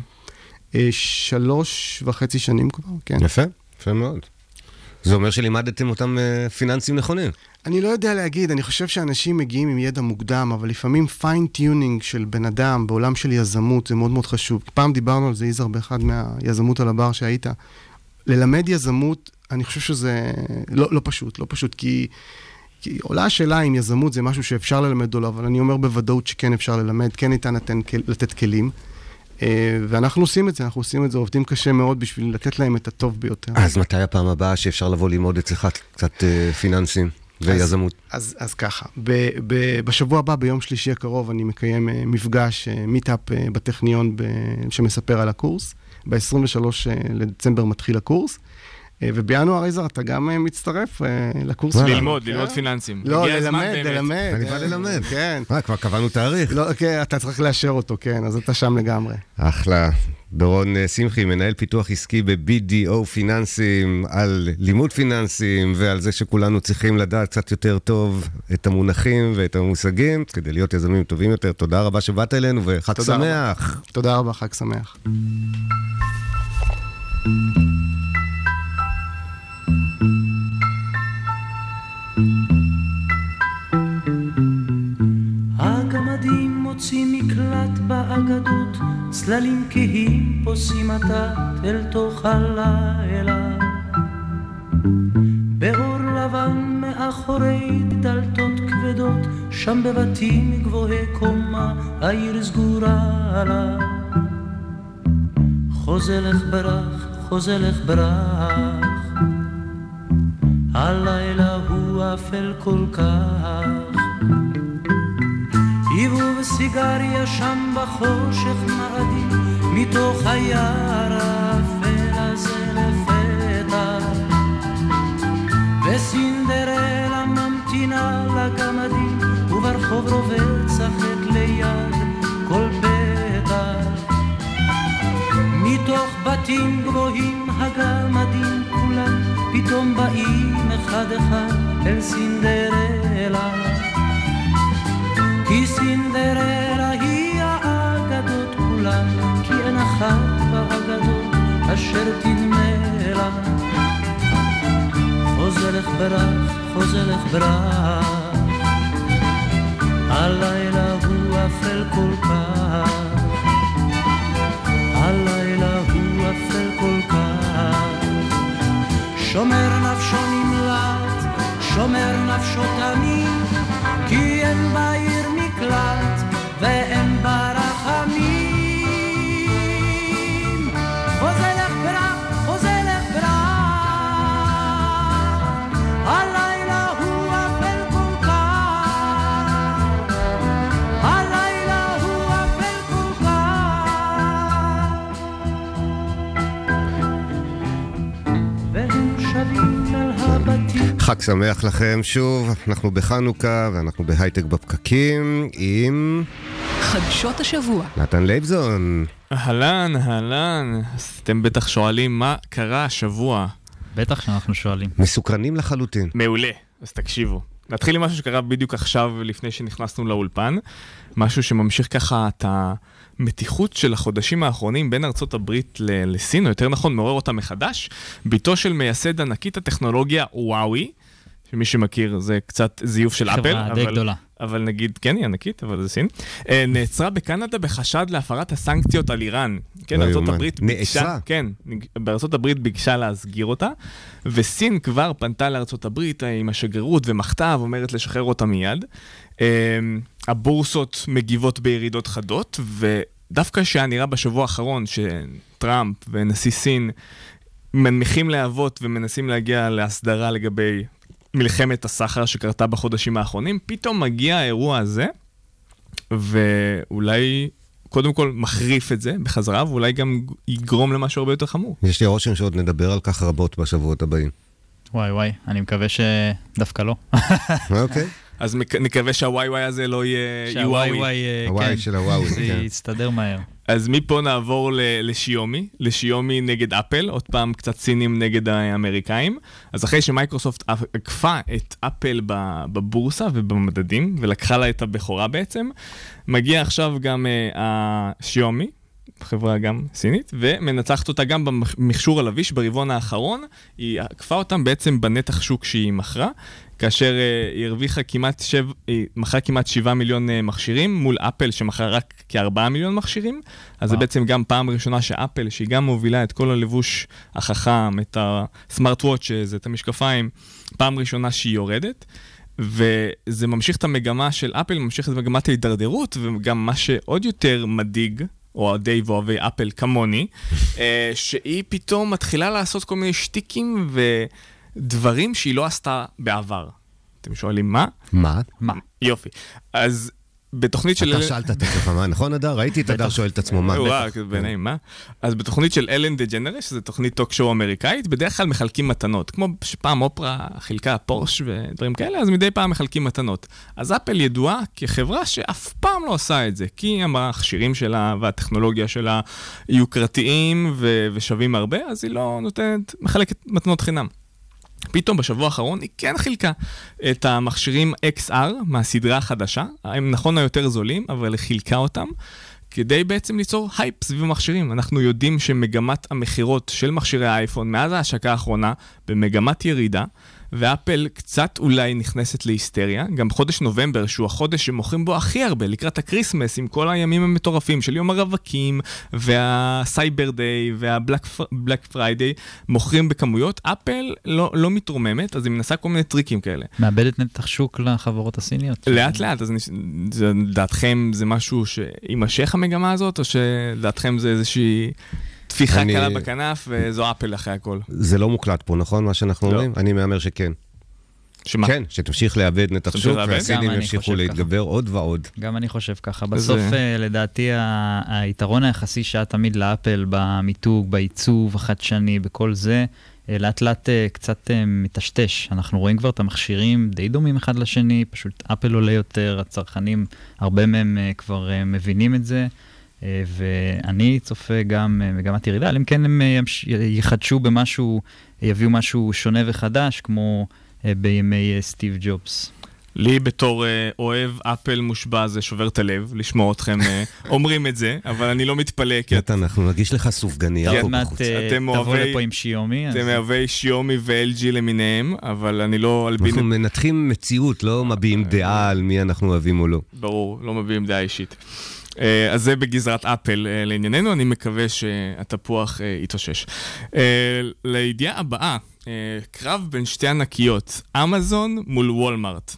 שלוש וחצי שנים כבר, כן. יפה, יפה מאוד. זה אומר שלימדתם אותם פיננסים נכונים. אני לא יודע להגיד, אני חושב שאנשים מגיעים עם ידע מוקדם, אבל לפעמים פיין-טיונינג של בן אדם בעולם של יזמות זה מאוד מאוד חשוב. פעם דיברנו על זה, יזהר, באחד מהיזמות על הבר שהיית. ללמד יזמות, אני חושב שזה לא, לא פשוט, לא פשוט, כי, כי עולה השאלה אם יזמות זה משהו שאפשר ללמד או לא, אבל אני אומר בוודאות שכן אפשר ללמד, כן ניתן לתת כלים. ואנחנו עושים את זה, אנחנו עושים את זה, עובדים קשה מאוד בשביל לתת להם את הטוב ביותר. אז מתי הפעם הבאה שאפשר לבוא ללמוד אצלך קצת פיננסים ויזמות? אז, אז ככה, ב, ב, בשבוע הבא, ביום שלישי הקרוב, אני מקיים מפגש, מיטאפ בטכניון שמספר על הקורס. ב-עשרים ושלושה לדצמבר מתחיל הקורס. ובינואר, יזהר, אתה גם מצטרף לקורס. ללמוד, ללמוד פיננסים. לא, ללמד, ללמד. אני בא ללמד. כן. מה, כבר קבענו תאריך. לא, כן, אתה צריך לאשר אותו, כן, אז אתה שם לגמרי. אחלה. דורון שמחי, מנהל פיתוח עסקי ב-בי די או פיננסים, על לימוד פיננסים, ועל זה שכולנו צריכים לדעת קצת יותר טוב את המונחים ואת המושגים, כדי להיות יזמים טובים יותר. תודה רבה שבאת אלינו, וחג שמח. תודה רבה, חג שמח. מוציא מקלט באגדות, צללים כהים פוסעים עתת אל תוך הלילה. באור לבן מאחורי דלתות כבדות, שם בבתים גבוהי קומה, העיר סגורה לה. חוזלך ברח, חוזלך ברח, הלילה הוא אפל כל כך. עיבוב סיגריה שם בחושך מאדים, מתוך היער האפל הזה לפתע. וסינדרלה ממתינה לגמדים, וברחוב רובץ החט ליד כל פתח. מתוך בתים גבוהים הגמדים כולם, פתאום באים אחד אחד אל סינדרלה. כי סינדרלה היא האגדות כולם, כי אין אחת באגדות אשר תדמה לה. חוזלך ברח, חוזלך ברח, הלילה הוא אפל כל כך, הלילה הוא אפל כל כך. שומר נפשו נמלט, שומר נפשו תמיד, כי אין בעיר מקלט ואין ברחמים. חוזלך ברח, חוזלך ברח, הלילה הוא אפל כל כך, הלילה הוא אפל כל כך. והם שבים אל הבתים. חג שמח לכם שוב, אנחנו בחנוכה ואנחנו בהייטק בפקקים עם חדשות השבוע. נתן לייבזון. אהלן, אהלן, אז אתם בטח שואלים מה קרה השבוע. בטח שאנחנו שואלים. מסוקרנים לחלוטין. מעולה, אז תקשיבו. נתחיל עם משהו שקרה בדיוק עכשיו לפני שנכנסנו לאולפן, משהו שממשיך ככה את המתיחות של החודשים האחרונים בין ארצות הברית ל- לסין, או יותר נכון מעורר אותה מחדש. ביתו של מייסד ענקית הטכנולוגיה וואוי, שמי שמכיר זה קצת זיוף של אפל. חברה די גדולה. אבל נגיד, כן, היא ענקית, אבל זה סין. נעצרה בקנדה בחשד להפרת הסנקציות על איראן. כן, ארצות הברית ביקשה, כן, בארצות הברית ביקשה להסגיר אותה, וסין כבר פנתה לארצות הברית עם השגרירות ומכתב, אומרת לשחרר אותה מיד. הבורסות מגיבות בירידות חדות, ודווקא שהיה נראה בשבוע האחרון שטראמפ ונשיא סין מנמיכים להבות ומנסים להגיע להסדרה לגבי מלחמת הסחר שקרתה בחודשים האחרונים, פתאום מגיע האירוע הזה, ואולי קודם כל מחריף את זה בחזרה, ואולי גם יגרום למשהו הרבה יותר חמור. יש לי רושם שעוד נדבר על כך רבות בשבועות הבאים. וואי וואי, אני מקווה שדווקא לא. אוקיי. אז נקווה שהוואי וואי הזה לא יהיה שהוואי וואי, הוואי של הוואוי, זה יסתדר מהר. אז מפה נעבור לשיומי, לשיומי נגד אפל, עוד פעם קצת סינים נגד האמריקאים. אז אחרי שמייקרוסופט עקפה את אפל בבורסה ובמדדים, ולקחה לה את הבכורה בעצם, מגיע עכשיו גם השיומי, חברה גם סינית, ומנצחת אותה גם במכשור הלביש ברבעון האחרון. היא עקפה אותם בעצם בנתח שוק שהיא מכרה, כאשר היא הרוויחה כמעט שב, היא מכרה כמעט שבעה מיליון מכשירים, מול אפל שמכרה רק כארבעה מיליון מכשירים. אז זה בעצם גם פעם ראשונה שאפל, שהיא גם מובילה את כל הלבוש החכם, את הסמארט וואץ', שזה את המשקפיים, פעם ראשונה שהיא יורדת. וזה ממשיך את המגמה של אפל, ממשיך את מגמת ההידרדרות, וגם מה שעוד יותר מדאיג, או די ואוהבי אפל כמוני, שהיא פתאום מתחילה לעשות כל מיני שטיקים ודברים שהיא לא עשתה בעבר. אתם שואלים מה? מה? מה? יופי. אז בתוכנית של... אתה שאלת את עצמך, מה? נכון, אדר? ראיתי את אדר שואל את עצמו, מה? בטח. בעיניים, מה? אז בתוכנית של אלן דה ג'נרס, שזו תוכנית טוק שואו אמריקאית, בדרך כלל מחלקים מתנות. כמו שפעם אופרה חילקה פורש ודברים כאלה, אז מדי פעם מחלקים מתנות. אז אפל ידועה כחברה שאף פעם לא עושה את זה, כי המכשירים שלה והטכנולוגיה שלה יוקרתיים ושווים הרבה, אז היא לא נותנת, מחלקת מתנות חינם. פתאום בשבוע האחרון היא כן חילקה את המכשירים אקס אר מהסדרה החדשה, הם נכון היותר זולים, אבל היא חילקה אותם, כדי בעצם ליצור הייפ סביב המכשירים. אנחנו יודעים שמגמת המחירות של מכשירי האייפון מאז ההשקה האחרונה במגמת ירידה, ואפל קצת אולי נכנסת להיסטריה, גם חודש נובמבר, שהוא החודש שמוכרים בו הכי הרבה, לקראת הקריסמס, עם כל הימים המטורפים של יום הרווקים, והסייבר דיי, והבלק פריידיי, מוכרים בכמויות. אפל לא, לא מתרוממת, אז היא מנסה כל מיני טריקים כאלה. מאבדת נתח שוק לחברות הסיניות. לאט לאט, אז דעתכם זה משהו שימשך המגמה הזאת, או שדעתכם זה איזושהי תפיחה קלה בכנף, וזו אפל אחרי הכל? זה לא מוקלט פה, נכון? מה שאנחנו אומרים? אני מאמר שכן. שמה? כן, שתמשיך לאבד נתח שוק, והסינים ימשיכו להתגבר עוד ועוד. גם אני חושב ככה. בסוף, לדעתי, היתרון היחסי שהיה תמיד לאפל, במיתוג, בעיצוב, החדשני, בכל זה, לאט לאט קצת מטשטש. אנחנו רואים כבר את המכשירים די דומים אחד לשני, פשוט אפל עולה יותר, הצרכנים, הרבה מהם כבר מבינים את זה, ואני צופה גם מגמת ירידה, אם כן הם יחדשו במשהו, יביאו משהו שונה וחדש, כמו בימי סטיב ג'ובס. לי בתור אוהב אפל מושבע זה שובר את הלב, לשמוע אתכם אומרים את זה, אבל אני לא מתפלא. אנחנו נגיש לך סופגניה פה בחוץ. תבוא לפה עם שיומי. אתם אוהבי שיומי ו-אל ג'י למיניהם, אבל אני לא... אנחנו מנתחים מציאות, לא מביעים דעה על מי אנחנו אוהבים או לא. ברור, לא מביעים דעה אישית. אז זה בגזרת אפל לענייננו, אני מקווה שהתפוח יתאושש. לידיעה הבאה, קרב בין שתי ענקיות, אמזון מול וולמארט.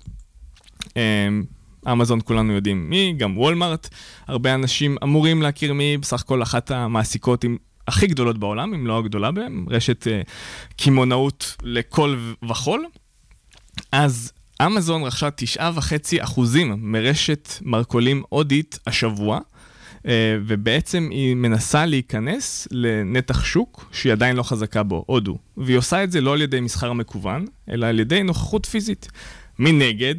אמזון כולנו יודעים מי, גם וולמארט, הרבה אנשים אמורים להכיר מי, בסך הכל אחת המעסיקות עם הכי גדולות בעולם, אם לא הגדולה בהם, רשת כימונאות לכל וחול. אז אמזון רכשה תשעה וחצי אחוזים מרשת מרכולים הודית השבוע, ובעצם היא מנסה להיכנס לנתח שוק שהיא עדיין לא חזקה בו, הודו. והיא עושה את זה לא על ידי מסחר מקוון, אלא על ידי נוכחות פיזית. מנגד,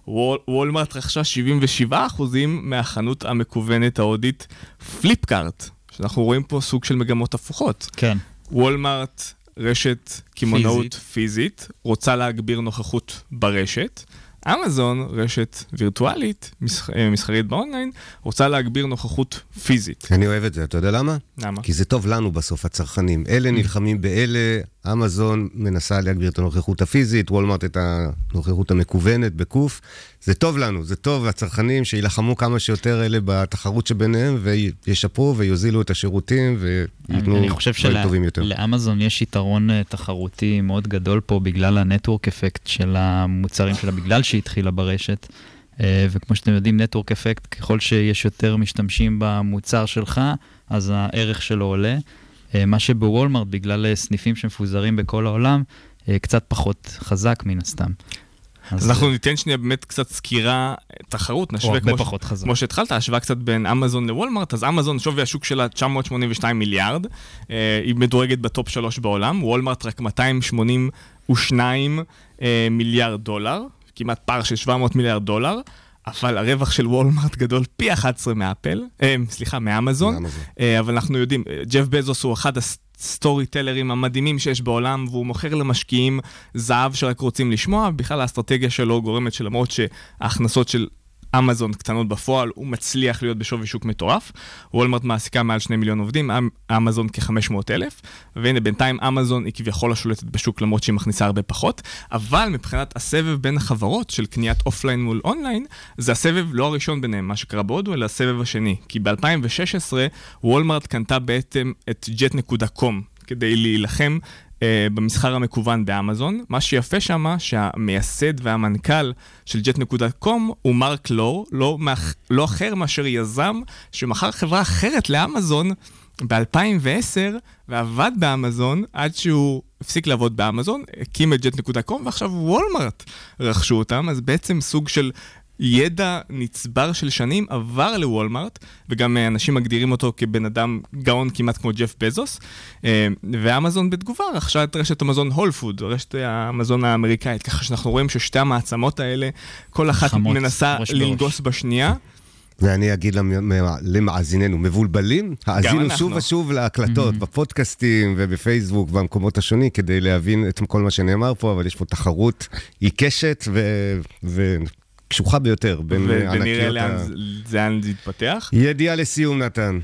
וולמארט רכשה שבעים ושבעה אחוזים מהחנות המקוונת ההודית פליפקארט, שאנחנו רואים פה סוג של מגמות הפוכות. כן. וולמארט רשת כימונאות פיזית, רוצה להגביר נוכחות ברשת. אמזון, רשת וירטואלית, מסחרית באונליין, רוצה להגביר נוכחות פיזית. אני אוהב את זה, אתה יודע למה? למה? כי זה טוב לנו בסוף, הצרכנים. אלה נלחמים באלה, אמזון מנסה להגביר את הנוכחות הפיזית, וולמארט את הנוכחות המקוונת בקוף. זה טוב לנו, זה טוב הצרכנים שילחמו כמה שיותר אלה בתחרות שביניהם, וישפרו ויוזילו את השירותים, ויתנו דברים טובים יותר. אני חושב שלאמזון יש יתרון תחרותי מאוד גדול פה, בגלל הנטוורק אפקט של המוצרים שלה, בגלל שהיא התחילה ברשת, וכמו שאתם יודעים, נטוורק אפקט, ככל שיש יותר משתמשים במוצר שלך, אז הערך שלו עולה. מה שבוולמארט, בגלל סניפים שמפוזרים בכל העולם, קצת פחות חזק מן הסתם. אז אנחנו ניתן שנייה באמת קצת סקירה תחרות, נשווה כמו שהתחלת, השוואה קצת בין אמזון לוולמארט, אז אמזון שווי השוק שלה תשע מאות שמונים ושתיים מיליארד, היא מדורגת בטופ שלוש בעולם, וולמארט רק מאתיים שמונים ושניים מיליארד דולר, כמעט פער של שבע מאות מיליארד דולר, אבל הרווח של וולמארט גדול פי אחת עשרה מאפל, סליחה, מאמזון, אבל אנחנו יודעים, ג'ף בזוס הוא אחד הסטורי טלרים המדהימים שיש בעולם, והוא מוכר למשקיעים זהב שרק רוצים לשמוע, בכלל האסטרטגיה שלו גורמת שלמרות שההכנסות של אמזון קטנות בפועל, הוא מצליח להיות בשווי שוק מטורף. וולמארט מעסיקה מעל שני מיליון עובדים, אמזון כ-חמש מאות אלף, והנה בינתיים אמזון היא כביכול השולטת בשוק, למרות שהיא מכניסה הרבה פחות, אבל מבחינת הסבב בין החברות של קניית אופליין מול אונליין, זה הסבב לא הראשון ביניהם, מה שקרה בהודו, אלא הסבב השני. כי ב-אלפיים ושש עשרה וולמארט קנתה בעצם את ג'ט נקודה קום, כדי להילחם במסחר המקוון באמזון. מה שיפה שמה, שהמייסד והמנכ"ל של ג'ט נקודה קום הוא מרק לור, לא, לא אחר מאשר יזם שמכר חברה אחרת לאמזון ב-אלפיים ועשר, ועבד באמזון עד שהוא הפסיק לעבוד באמזון, הקים את ג'ט נקודה קום, ועכשיו וולמארט רכשו אותם, אז בעצם סוג של ידע נצבר של שנים עבר לוולמארט, וגם אנשים מגדירים אותו כבן אדם גאון כמעט כמו ג'ף בזוס, ואמזון בתגובה רכשה את רשת אמזון הול פוד, רשת האמזון האמריקאית, ככה שאנחנו רואים ששתי המעצמות האלה, כל אחת מנסה לנגוס בשנייה. ואני אגיד למאזיננו, מבולבלים, האזינו שוב ושוב להקלטות, בפודקאסטים ובפייסבוק ובמקומות השונים, כדי להבין את כל מה שנאמר פה, אבל יש פה תחרות עיקשת ו... קשוחה ביותר בין ענקיות. ונראה לאן זה יתפתח. ידיעה לסיום, נתן.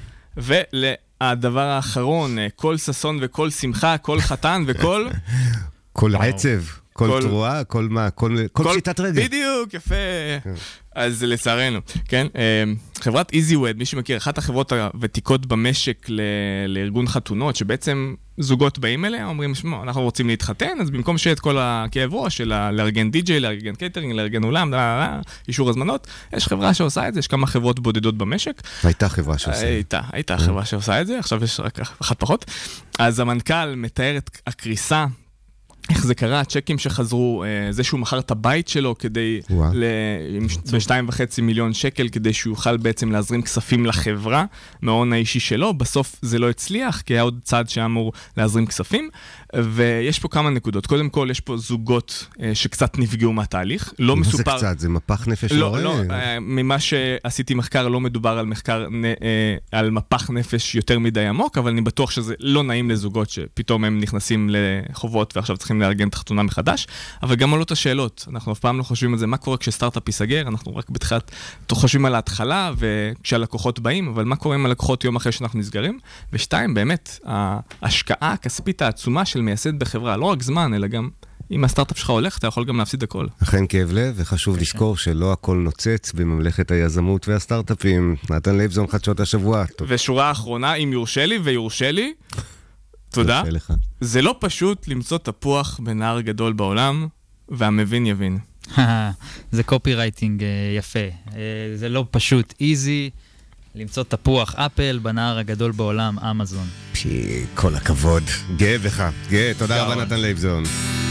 והדבר האחרון, כל ססון וכל שמחה, כל חתן וכל... כל עצב. כל תרועה, כל מה, כל פשיטת רגל. בדיוק, יפה. אז לצערנו, כן? חברת EasyWed, מי שמכיר, אחת החברות הוותיקות במשק לארגון חתונות, שבעצם זוגות באים אליה, אומרים, שמע, אנחנו רוצים להתחתן, אז במקום שיהיה את כל הכאב ראש של לארגן די-ג'יי, לארגן קייטרינג, לארגן אולם, אישור הזמנות, יש חברה שעושה את זה, יש כמה חברות בודדות במשק. והייתה חברה שעושה את זה. הייתה, הייתה חברה שעושה את זה, עכשיו יש רק אחת פחות. אז המנכ"ל מתאר את הקריסה, איך זה קרה, הצ'קים שחזרו, זה שהוא מכר את הבית שלו כדי, ב-שתיים וחצי מיליון שקל, כדי שהוא יוכל בעצם להזרים כספים לחברה, מההון האישי שלו, בסוף זה לא הצליח, כי היה עוד צעד שאמור להזרים כספים, ויש פה כמה נקודות. קודם כל, יש פה זוגות שקצת נפגעו מהתהליך, לא מסופר... זה קצת, זה מפח נפש לא, לא, ממה שעשיתי מחקר, לא מדובר על מחקר, על מפח נפש יותר מדי עמוק, אבל אני בטוח שזה לא נעים לזוגות שפתאום הם נכנסים לחובות ועכשיו צריכים לארגן תחתונה מחדש, אבל גם עולות השאלות. אנחנו אף פעם לא חושבים על זה, מה קורה כשסטארט-אפ ייסגר? אנחנו רק בתחילת חושבים על ההתחלה וכשהלקוחות באים, אבל מה קורה עם הלקוחות יום אחרי שאנחנו נסגרים? ושתיים, באמת, ההשקעה הכספית העצומה של מייסד בחברה, לא רק זמן, אלא גם אם הסטארט-אפ שלך הולך, אתה יכול גם להפסיד הכל. אכן כאב לב, וחשוב לזכור שלא הכל נוצץ בממלכת היזמות והסטארט-אפים. נתן לייבזון, חדשות השבוע. ושורה האחרונה, אם יורשה לי ויורשה לי, תודה. זה לא פשוט למצוא תפוח בנהר גדול בעולם, והמבין יבין. זה קופי רייטינג יפה. זה לא פשוט איזי למצוא תפוח אפל בנהר הגדול בעולם, אמזון. פי, כל הכבוד. גאה בך. גאה, תודה רבה נתן לייבזון.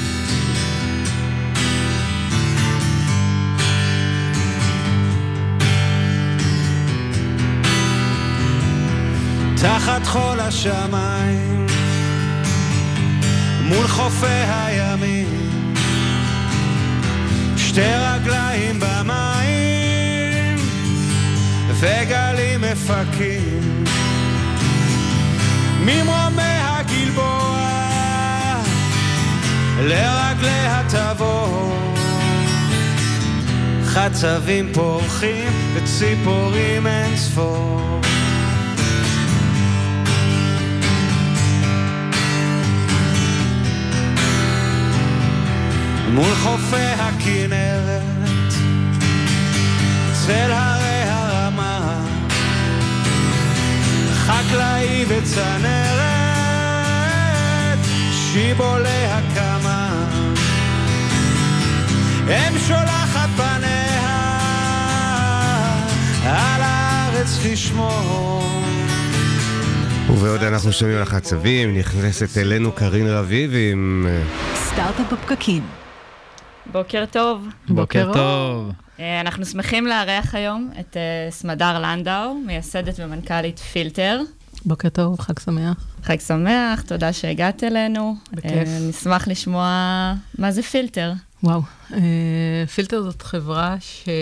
תחת חול השמיים מול חופי הימים שתי רגליים במים וגלים מפקים ממרומי הגלבוע לרגלי התבור חצבים פורחים וציפורים אין ספור מול חופי הכנרת צל הרי הרמה חקלאי וצנרת שיבולי הקמה הם שולחת פניה על הארץ לשמור. ובעוד אנחנו שומעים על החצבים, נכנסת אלינו קרין רביב עם סטארט-אפ בפקקים. בוקר טוב. בוקר טוב. אנחנו שמחים לארח היום את סמדר לנדאו, מייסדת ומנכ"לית פילטר. בוקר טוב, חג שמח. חג שמח, תודה שהגעת אלינו. בכיף. נשמח לשמוע מה זה פילטר. וואו, פילטר זאת חברה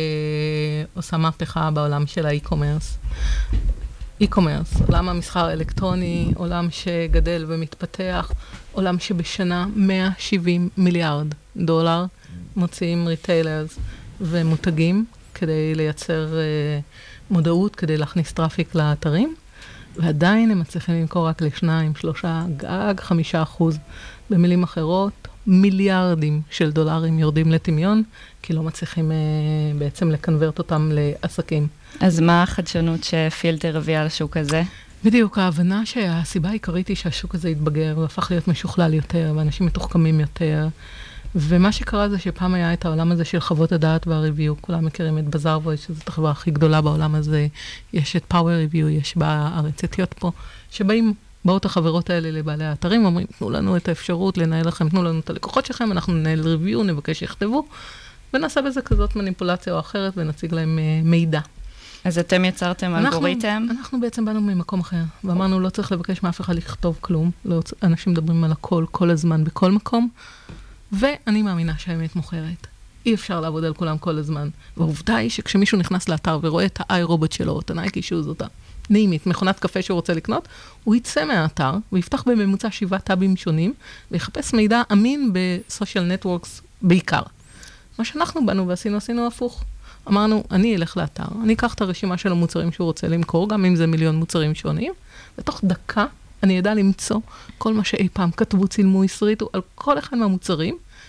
שעושה מהפכה בעולם של האי-קומרס. אי-קומרס, עולם המסחר האלקטרוני, עולם שגדל ומתפתח, עולם שבשנה מאה שבעים מיליארד דולר מוציאים ריטיילרס ומותגים כדי לייצר uh, מודעות, כדי להכניס טראפיק לאתרים, ועדיין הם מצליחים למכור רק לשניים, שלושה, גג, חמישה אחוז. במילים אחרות, מיליארדים של דולרים יורדים לטמיון, כי לא מצליחים uh, בעצם לקנברט אותם לעסקים. אז מה החדשנות שפילטר הביאה לשוק הזה? בדיוק, ההבנה שהסיבה העיקרית היא שהשוק הזה התבגר והפך להיות משוכלל יותר, ואנשים מתוחכמים יותר. ומה שקרה זה שפעם היה את העולם הזה של חוות הדעת והריוויו, כולם מכירים את בזאר וויס, שזאת החברה הכי גדולה בעולם הזה, יש את פאוור ריוויו, יש בארץ אתיות פה, שבאים, באות החברות האלה לבעלי האתרים, אומרים, תנו לנו את האפשרות לנהל לכם, תנו לנו את הלקוחות שלכם, אנחנו ננהל ריוויו, נבקש שיכתבו, ונעשה בזה כזאת מניפולציה או אחרת, ונציג להם מידע. אז אתם יצרתם אלגוריתם? אנחנו בעצם באנו ממקום אחר, ואמרנו, לא צריך לבקש מאף אחד לכתוב כלום, אנשים מדברים על הכל, כל הזמן, בכל מקום, ואני מאמינה שהאמת מוכרת. אי אפשר לעבוד על כולם כל הזמן. והעובדה היא שכשמישהו נכנס לאתר ורואה את האי רובוט שלו, את הנייקי שוז, אותה נעימית, מכונת קפה שהוא רוצה לקנות, הוא יצא מהאתר ויפתח בממוצע שבעה טאבים שונים, ויחפש מידע אמין בסושיאל נטוורקס בעיקר. מה שאנחנו באנו ועשינו, עשינו הפוך. אמרנו, אני אלך לאתר, אני אקח את הרשימה של המוצרים שהוא רוצה למכור, גם אם זה מיליון מוצרים שונים, ותוך דקה אני ידע למצוא כל מה שאי פעם כתבו, צילמו, הסריטו, על כל אחד מהמוצרים,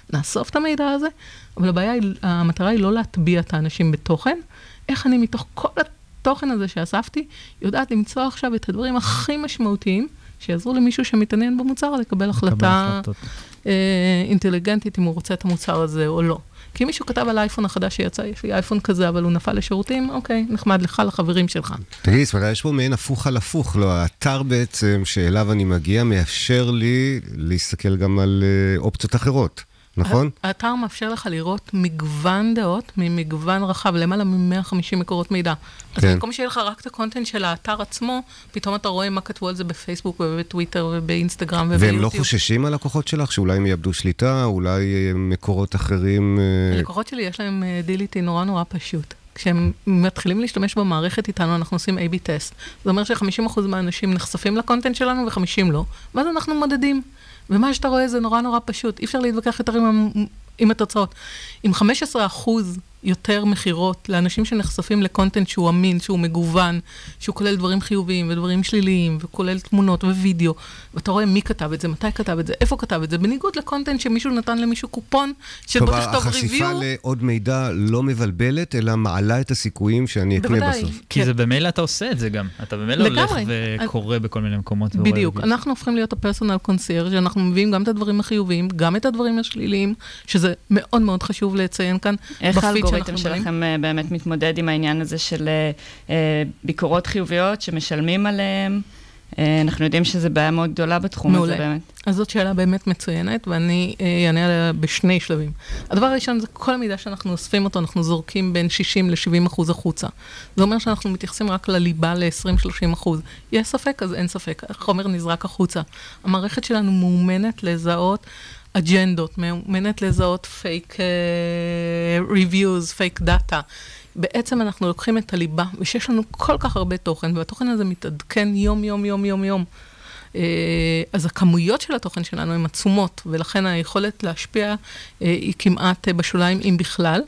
נאסוף את המידע הזה, אבל הבעיה היא, המטרה היא לא להטביע את האנשים בתוכן, איך אני מתוך כל התוכן הזה שאספתי, יודעת למצוא עכשיו את הדברים הכי משמעותיים, שיעזרו למישהו שמתעניין במוצר, לקבל החלטה אה, אינטליגנטית, אם הוא רוצה את המוצר הזה או לא. כי מישהו כתב על האייפון החדש שיצא, יש לי אייפון כזה, אבל הוא נפל לשירותים, אוקיי, נחמד לך, לחברים שלך. תגיד, סמדה, יש פה מעין הפוך על הפוך, לא? האתר בעצם שאליו אני מגיע, מאפשר לי להסתכל גם על uh, אופציות אחרות, נכון? האתר מאפשר לך לראות מגוון דעות, ממגוון רחב, למעלה מ-מאה וחמישים מקורות מידע. אז במקום שיהיה לך רק את הקונטנט של האתר עצמו, פתאום אתה רואה מה כתבו על זה בפייסבוק ובטוויטר ובאינסטגרם וביוטיוב. והם לא חוששים על לקוחות שלך, שאולי הם יאבדו שליטה, אולי מקורות אחרים... הלקוחות שלי יש להם דיליטי נורא נורא פשוט. כשהם מתחילים להשתמש במערכת איתנו, אנחנו עושים איי בי טסט. זה אומר ש-חמישים אחוז מהאנשים נחשפים לקונטנט שלנו ו-חמישים לא. ואז אנחנו מודדים. ומה שאתה רואה זה נורא נורא פשוט. אי אפשר להתווכח יותר עם, עם התוצאות. עם חמישה עשר אחוז יותר מחירות לאנשים שנחשפים לקונטנט שהוא אמין, שהוא מגוון, שהוא כולל דברים חיוביים ודברים שליליים, וכולל תמונות ווידאו, ואתה רואה מי כתב את זה, מתי כתב את זה, איפה כתב את זה, בניגוד לקונטנט שמישהו נתן למישהו קופון, שבו תכתוב ריוויו. כלומר, החשיפה לעוד מידע לא מבלבלת, אלא מעלה את הסיכויים שאני אקנה בסוף. כי זה במילא אתה עושה את זה גם. אתה במילא הולך וקורא בכל מיני מקומות. בדיוק. אנחנו הופכים להיות הפרסונל קונסיירג', אנחנו מביאים גם את הדברים החיוביים, גם את הדברים השליליים, שזה מאוד מאוד חשוב לציין כאן. איך האלגוריתם שלכם באמת מתמודד עם העניין הזה של ביקורות חיוביות שמשלמים עליהם? אנחנו יודעים שזה בעיה מאוד גדולה בתחום הזה באמת. אז זאת שאלה באמת מצוינת, ואני אענה עליה בשני שלבים. הדבר הראשון זה כל המידע שאנחנו אוספים אותו, אנחנו זורקים בין שישים ל-שבעים אחוז החוצה. זה אומר שאנחנו מתייחסים רק לליבה ל-עשרים שלושים אחוז. יש ספק, אז אין ספק. החומר נזרק החוצה. המערכת שלנו מאומנת לזהות אג'נדות, מאומנת לזהות פייק ריוויוז, פייק דאטה. בעצם אנחנו לוקחים את הליבה, ושיש לנו כל כך הרבה תוכן, והתוכן הזה מתעדכן יום, יום, יום, יום, יום. אז הכמויות של התוכן שלנו הן עצומות, ולכן היכולת להשפיע היא כמעט בשוליים, אם בכלל.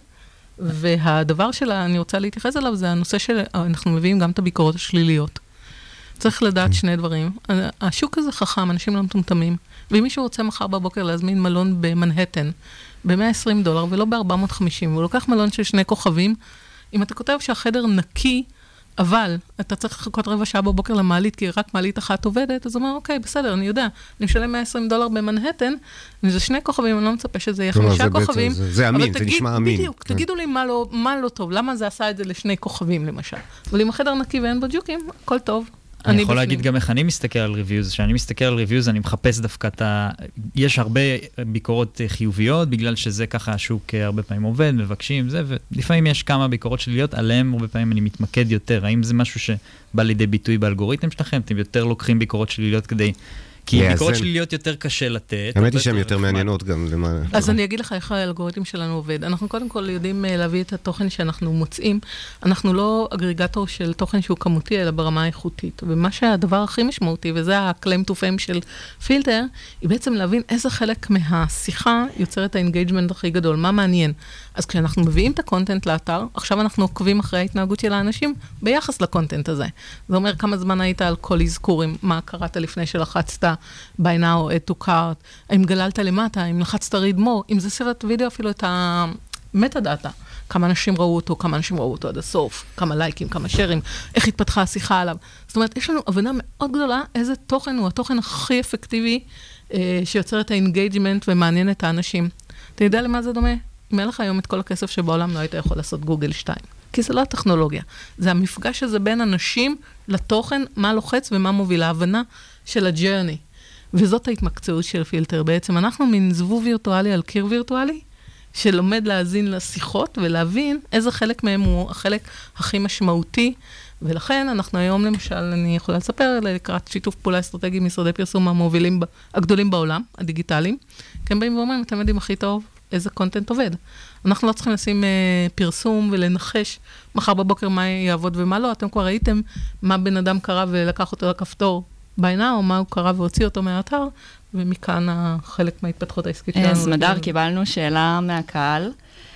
והדבר שלה, אני רוצה להתייחס אליו, זה הנושא שאנחנו מביאים גם את הביקורות השליליות. צריך לדעת שני דברים. השוק הזה חכם, אנשים לא מטומטמים, ואם מישהו רוצה מחר בבוקר להזמין מלון במנהטן, ב-מאה ועשרים דולר, ולא ב-ארבע מאות וחמישים, והוא לוקח מלון של שני כוכבים, אם אתה כותב שהחדר נקי, אבל אתה צריך לחכות רבע שעה בבוקר למעלית, כי רק מעלית אחת עובדת, אז הוא אומר, אוקיי, בסדר, אני יודע, אני משלם מאה ועשרים דולר במנהטן, וזה שני כוכבים, אני לא מצפה שזה יהיה חמישה כוכבים. זה אמין, זה נשמע אמין. בדיוק, תגידו לי מה לא טוב, למה זה עשה את זה לשני כוכבים, למשל. אבל אם החדר נקי ואין בו ג'וקים, הכל טוב. אני יכול להגיד גם איך אני מסתכל על ריוויוז. כשאני מסתכל על ריוויוז, אני מחפש דווקא את ה... יש הרבה ביקורות חיוביות, בגלל שזה ככה השוק הרבה פעמים עובד, מבקשים, זה, ולפעמים יש כמה ביקורות שליליות, עליהם הרבה פעמים אני מתמקד יותר. האם זה משהו שבא לידי ביטוי באלגוריתם שלכם? אתם יותר לוקחים ביקורות שליליות כדי... כי ביקורות שליליות יותר קשה לתת. האמת היא שהן יותר מעניינות גם. אז אני אגיד לך איך האלגוריתם שלנו עובד. אנחנו קודם כל יודעים להביא את התוכן שאנחנו מוצאים. אנחנו לא אגריגטור של תוכן שהוא כמותי, אלא ברמה איכותית. ומה שהדבר הכי משמעותי, וזה ה-claim to fame של פילטר, היא בעצם להבין איזה חלק מהשיחה יוצר את האינגייג'מנט הכי גדול, מה מעניין. אז כשאנחנו מביאים את הקונטנט לאתר, עכשיו אנחנו עוקבים אחרי ההתנהגות של האנשים ביחס לקונטנט הזה. זה אומר כמה זמן היית על כל אזכורים, מה קראת לפני שלחצת buy now או add to cart, האם גללת למטה, האם לחצת read more, אם זה סרט וידאו אפילו את המטה-דאטה, כמה אנשים ראו אותו, כמה אנשים ראו אותו עד הסוף, כמה לייקים, כמה שרים, איך התפתחה השיחה עליו. זאת אומרת, יש לנו הבנה מאוד גדולה איזה תוכן הוא התוכן הכי אפקטיבי אה, שיוצר את האינגייג'מנט ומעניין את האנשים. אתה יודע למה זה דומה? אם היה לך היום את כל הכסף שבעולם לא היית יכול לעשות גוגל שתיים. כי זה לא הטכנולוגיה. זה המפגש הזה בין אנשים לתוכן, מה לוחץ ומה מוביל, ההבנה של הג'רני. וזאת ההתמקצעות של פילטר. בעצם אנחנו מין זבוב וירטואלי על קיר וירטואלי, שלומד להאזין לשיחות ולהבין איזה חלק מהם הוא החלק הכי משמעותי. ולכן אנחנו היום למשל, אני יכולה לספר לקראת שיתוף פעולה אסטרטגי עם משרדי פרסום המובילים הגדולים בעולם, הדיגיטליים, כי הם באים ואומרים, אתם יודעים הכי טוב איזה קונטנט עובד. אנחנו לא צריכים לשים אה, פרסום ולנחש מחר בבוקר מה יעבוד ומה לא. אתם כבר ראיתם מה בן אדם קרא ולקח אותו לכפתור בעינה, או מה הוא קרא והוציא אותו מהאתר, ומכאן החלק מההתפתחות העסקית שלנו. סמדר, קיבלנו שאלה מהקהל.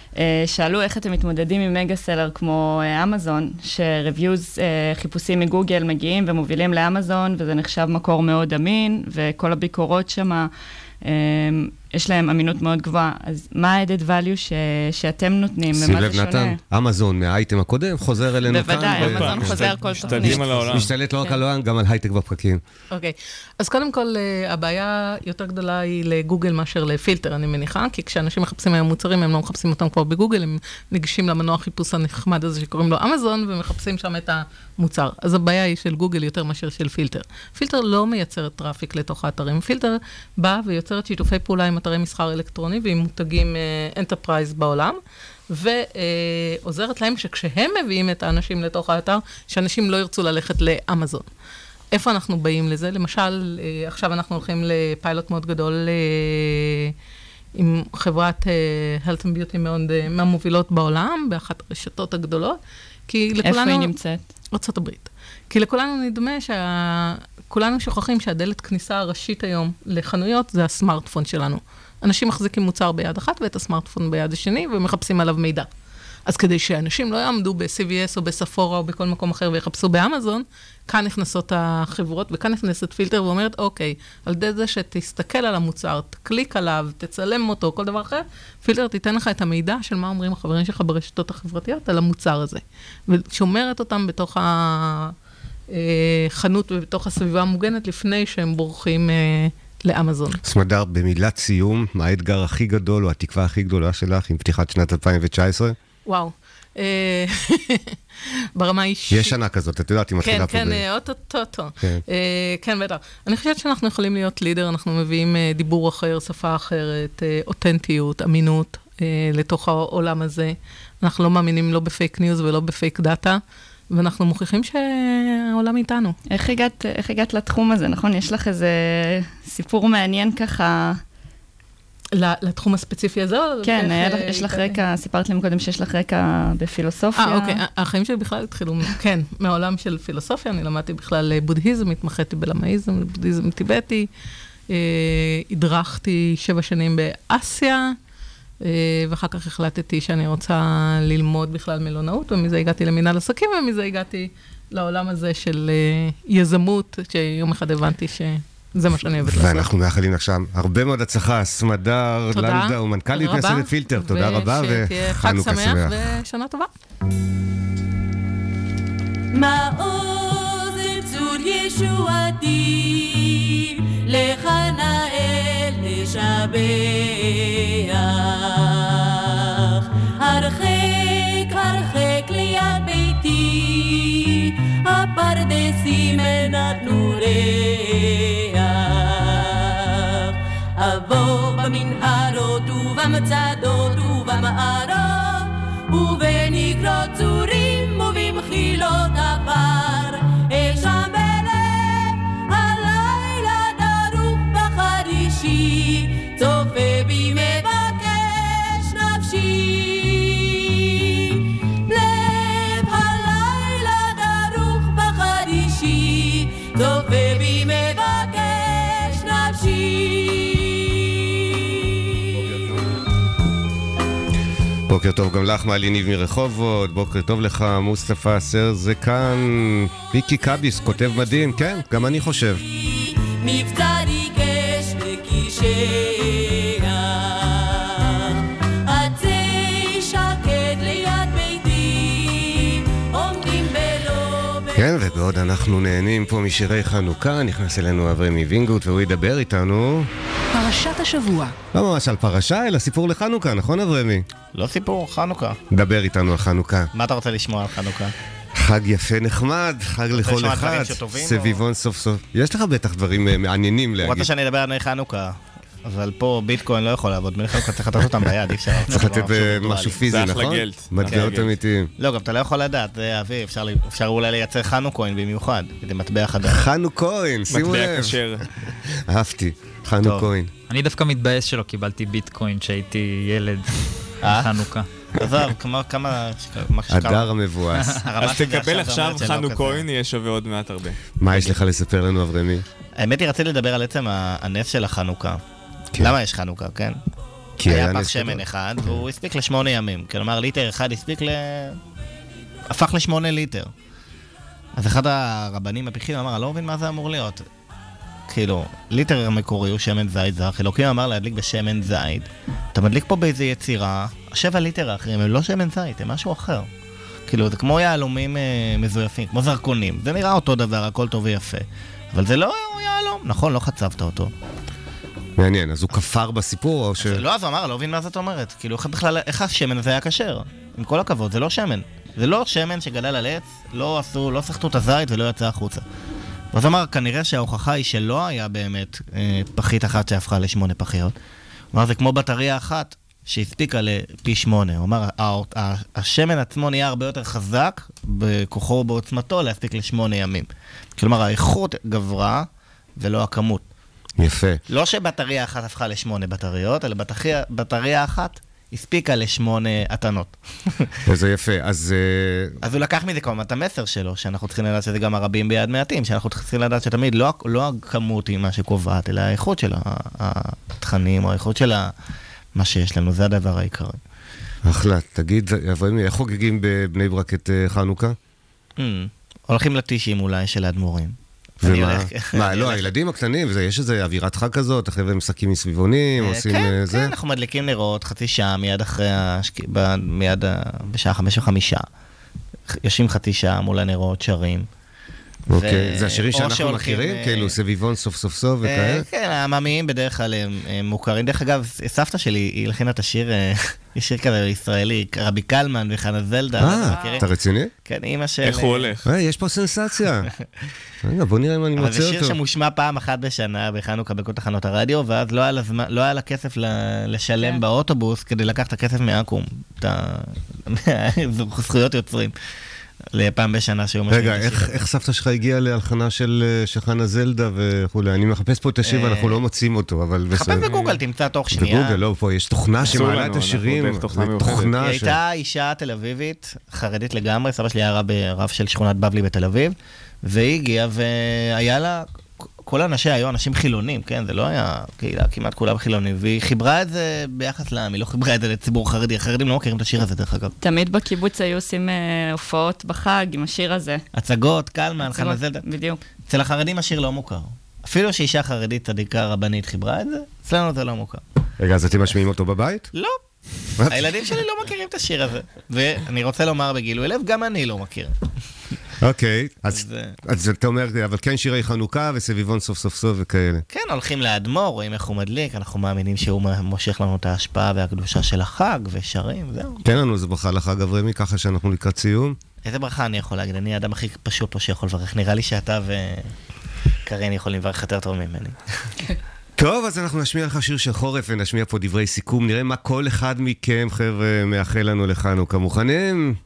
שאלו איך אתם מתמודדים עם מגה סלר כמו אמזון, שריוויוז חיפושים מגוגל מגיעים ומובילים לאמזון, וזה נחשב מקור מאוד אמין, וכל הביקורות שם יש להם אמינות מאוד גבוהה. אז מה ה-added value ש, שאתם נותנים? שים לב נתן, אמזון מהאייטם הקודם חוזר אלינו כאן. בוודאי, אמזון חוזר כל תוכנית. משתלט לא רק על העולם, גם על הייטק בפרקים. אוקיי, אז קודם כל, הבעיה יותר גדולה היא לגוגל מאשר לפילטר, אני מניחה, כי כשאנשים מחפשים היום מוצרים, הם לא מחפשים אותם כבר בגוגל, הם ניגשים למנוע חיפוש הנחמד הזה שקוראים לו אמזון, ומחפשים שם את המוצר. אז הבעיה היא של גוגל יותר מאשר של פילטר. פילטר לא מייצרת טראפיק לתוך האתרים. פילטר בא ויוצרת שיתופי פעולה עם אתרי מסחר אלקטרוני ועם מותגים אנטרפרייז בעולם, ועוזרת להם שכשהם מביאים את האנשים לתוך האתר, שאנשים לא ירצו ללכת לאמזון. איפה אנחנו באים לזה? למשל, עכשיו אנחנו הולכים לפיילוט מאוד גדול עם חברת Health and Beauty מאוד מהמובילות בעולם, באחת הרשתות הגדולות. איפה היא נמצאת? ארצות הברית. כי לכולנו נדמה שכולנו שוכחים שהדלת כניסה הראשית היום לחנויות זה הסמארטפון שלנו. אנשים מחזיקים מוצר ביד אחת ואת הסמארטפון ביד השני ומחפשים עליו מידע. אז כדי שאנשים לא יעמדו ב-סי וי אס או בספורה או בכל מקום אחר ויחפשו באמזון, כאן נכנסות החברות וכאן נכנסת פילטר ואומרת, אוקיי, על די זה שתסתכל על המוצר, תקליק עליו, תצלם אותו, כל דבר אחר, פילטר תיתן לך את המידע של מה אומרים החברים שלך ברשתות החברתיות על המוצר הזה. ושומרת אותם בתוך החנות ובתוך הסביבה המוגנת לפני שהם בורחים לאמזון. סמדר, במילת סיום, מה האתגר הכי גדול או התקווה הכי גדולה שלך עם פתיחת שנת אלפיים תשע עשרה? וואו. ברמה אישית. יש שנה כזאת, את יודעת, היא מתחילה פה. כן, כן, אוטוטוטו. כן, בטח. אני חושבת שאנחנו יכולים להיות לידר, אנחנו מביאים דיבור אחר, שפה אחרת, אותנטיות, אמינות לתוך העולם הזה. אנחנו לא מאמינים לא בפייק ניוז ולא בפייק דאטה, ואנחנו מוכיחים שהעולם איתנו. איך הגעת, איך הגעת לתחום הזה, נכון? יש לך איזה סיפור מעניין ככה... לתחום הספציפי הזה? כן, יש לך רקע, סיפרת לי קודם שיש לך רקע בפילוסופיה. אה, אוקיי, החיים שלי בכלל התחילו, כן, מהעולם של פילוסופיה, אני למדתי בכלל בודהיזם, התמחיתי בלמאיזם, בודהיזם טיבטי, הדרכתי שבע שנים באסיה, ואחר כך החלטתי שאני רוצה ללמוד בכלל מלונאות, ומזה הגעתי למינהל עסקים, ומזה הגעתי לעולם הזה של יזמות, שיום אחד הבנתי ש... זה מה שאני אוהבת לעשות. ואנחנו מאחלים לך שם הרבה מאוד הצלחה, סמדר לנדה ומנכ"לית מייסדת פילטר, תודה רבה וחנוכה שמח ושנה טובה. מעוז צור ישועתי לך נאל לשבח הרחק הרחק ליד ביתי הפרדסים נתנו ריח אבוא במנהרות ובמצדות ובמערות ובנקרות צורים ובמחילות עפר אשם בלב הלילה דרוך בחרישי צופה בי מבקש נפשי לב הלילה דרוך בחרישי צופה בי מבקש נפשי. בוקר טוב גם לך, מעלי ניב מרחובות, בוקר טוב לך, מוסטפא סר זה כאן, ויקי קאביס כותב מדהים, כן, גם אני חושב. מבצע ריגש וקישח עצי שקט ליד ביתי עומדים בלא... כן, ובעוד אנחנו נהנים פה משירי חנוכה, נכנס אלינו אברמי וינגוט והוא ידבר איתנו פרשת השבוע. לא ממש על פרשה, אלא סיפור לחנוכה, נכון אברמי? לא סיפור, חנוכה. דבר איתנו על חנוכה. מה אתה רוצה לשמוע על חנוכה? חג יפה נחמד, חג לכל אחד, סביבון סוף סוף. יש לך בטח דברים מעניינים להגיד. רוצה שאני אדבר על חנוכה, אבל פה ביטקוין לא יכול לעבוד, מלחנוכה צריך לתת אותם ביד, אי אפשר. צריך לתת משהו פיזי, נכון? מטבעות אמיתיים. לא, גם אתה לא יכול לדעת, זה אבי, אפשר אולי לייצר חנוקוין במיוחד, כדי מטבע חדש. חנוקוין, שימו לב. מטבע כשר. אהבתי, חנוקוין. אני דווקא מתבאס שלא קיבלתי ביטקוין כשהייתי ילד חנוכה. עזב, כמה... הדר המבואס. אז תקבל עכשיו חנוקוין, יהיה שווה עוד מעט הרבה. מה יש לך לספר לנו, אברמי? האמת היא, רציתי לדבר על עצם הנס של החנוכה. למה יש חנוכה, כן? היה פח שמן אחד, והוא הספיק לשמונה ימים. כלומר, ליטר אחד הספיק ל... הפך לשמונה ליטר. אז אחד הרבנים הפיקחים אמר, אני לא מבין מה זה אמור להיות. כאילו, ליטר המקורי הוא שמן זית זך, אלוקים אמר להדליק בשמן זית. אתה מדליק פה באיזו יצירה, השבע ליטר האחרים הם לא שמן זית, הם משהו אחר. כאילו, זה כמו יעלומים אה, מזויפים, כמו זרקונים. זה נראה אותו דבר, הכל טוב ויפה. אבל זה לא יעלום. נכון, לא חצבת אותו. מעניין, אז הוא כפר בסיפור או ש... לא, אז הוא אמר, לא הבין מה זאת אומרת. כאילו, איך בכלל, איך השמן הזה היה כשר? עם כל הכבוד, זה לא שמן. זה לא שמן שגדל על עץ, לא עשו, לא שחטו את הזית ולא יצא החוצה. אז הוא אמר, כנראה שההוכחה היא שלא היה באמת אה, פחית אחת שהפכה לשמונה פחיות. הוא אמר, זה כמו בטריה אחת שהספיקה לפי שמונה. הוא אמר, השמן עצמו נהיה הרבה יותר חזק בכוחו ובעוצמתו להספיק לשמונה ימים. כלומר, האיכות גברה ולא הכמות. יפה. לא שבטריה אחת הפכה לשמונה בטריות, אלא בטריה, בטריה אחת הספיקה לשמונה עתנות. וזה יפה, אז... אז הוא לקח מזה כמובן את המסר שלו, שאנחנו צריכים לדעת שזה גם הרבים ביד מעטים, שאנחנו צריכים לדעת שתמיד לא, לא הכמות היא מה שקובעת, אלא האיכות של התכנים, או האיכות של מה שיש לנו, זה הדבר העיקרי. אחלה, תגיד, אברהמי, איך חוגגים בבני ברק את חנוכה? הולכים לטישים אולי של האדמו"רים. ומה? מה, לא, הילדים הקטנים, יש איזה אווירת חג כזאת, אחרי הם משחקים מסביבונים, עושים זה? כן, אנחנו מדליקים נרות חצי שעה מיד אחרי, מיד בשעה חמש וחמישה. יושבים חצי שעה מול הנרות, שרים. אוקיי, זה השירים שאנחנו מכירים? כאילו סביבון סוף סוף סוף וכאלה? כן, העממיים בדרך כלל הם מוכרים. דרך אגב, סבתא שלי, היא הלחינה את השיר, יש שיר כזה ישראלי, רבי קלמן וחנה זלדה. אה, אתה רציני? כן, אמא של... איך הוא הולך? יש פה סנסציה. רגע, בוא נראה אם אני מוצא אותו. אבל זה שיר שמושמע פעם אחת בשנה בחנוכה בכל תחנות הרדיו, ואז לא היה לה כסף לשלם באוטובוס כדי לקחת את הכסף מהאקום. את הזכויות יוצרים. לפעם בשנה שהוא משהו. רגע, איך סבתא שלך הגיעה להלחנה של חנה זלדה וכולי? אני מחפש פה את השיר ואנחנו לא מוצאים אותו, אבל... חפש בגוגל, תמצא תוך שנייה. בגוגל, לא, פה יש תוכנה שמעלה את השירים. היא הייתה אישה תל אביבית, חרדית לגמרי, סבא שלי היה רב של שכונת בבלי בתל אביב, והיא הגיעה והיה לה... כל האנשי היו אנשים חילונים, כן? זה לא היה קהילה, כמעט כולם חילונים, והיא חיברה את זה ביחס לעם, היא לא חיברה את זה לציבור חרדי, החרדים לא מכירים את השיר הזה, דרך אגב. תמיד בקיבוץ היו עושים הופעות בחג עם השיר הזה. הצגות, קלמן, חנה זלדה. בדיוק. אצל החרדים השיר לא מוכר. אפילו שאישה חרדית צדיקה רבנית חיברה את זה, אצלנו זה לא מוכר. רגע, אז אתם משמיעים אותו בבית? לא. הילדים שלי לא מכירים את השיר הזה. ואני רוצה לומר בגילוי לב, גם אני לא מכיר. אוקיי, אז אתה אומר, אבל כן שירי חנוכה וסביבון סוף סוף סוף וכאלה. כן, הולכים לאדמו"ר, רואים איך הוא מדליק, אנחנו מאמינים שהוא מושך לנו את ההשפעה והקדושה של החג, ושרים, זהו. תן לנו איזה ברכה לחג אברהמי, ככה שאנחנו לקראת סיום. איזה ברכה אני יכול להגיד? אני האדם הכי פשוט פה שיכול לברך. נראה לי שאתה וקרין יכולים לברך יותר טוב ממני. טוב, אז אנחנו נשמיע לך שיר של חורף ונשמיע פה דברי סיכום. נראה מה כל אחד מכם, חבר'ה, מאחל לנו לחנוכה. מוכנים?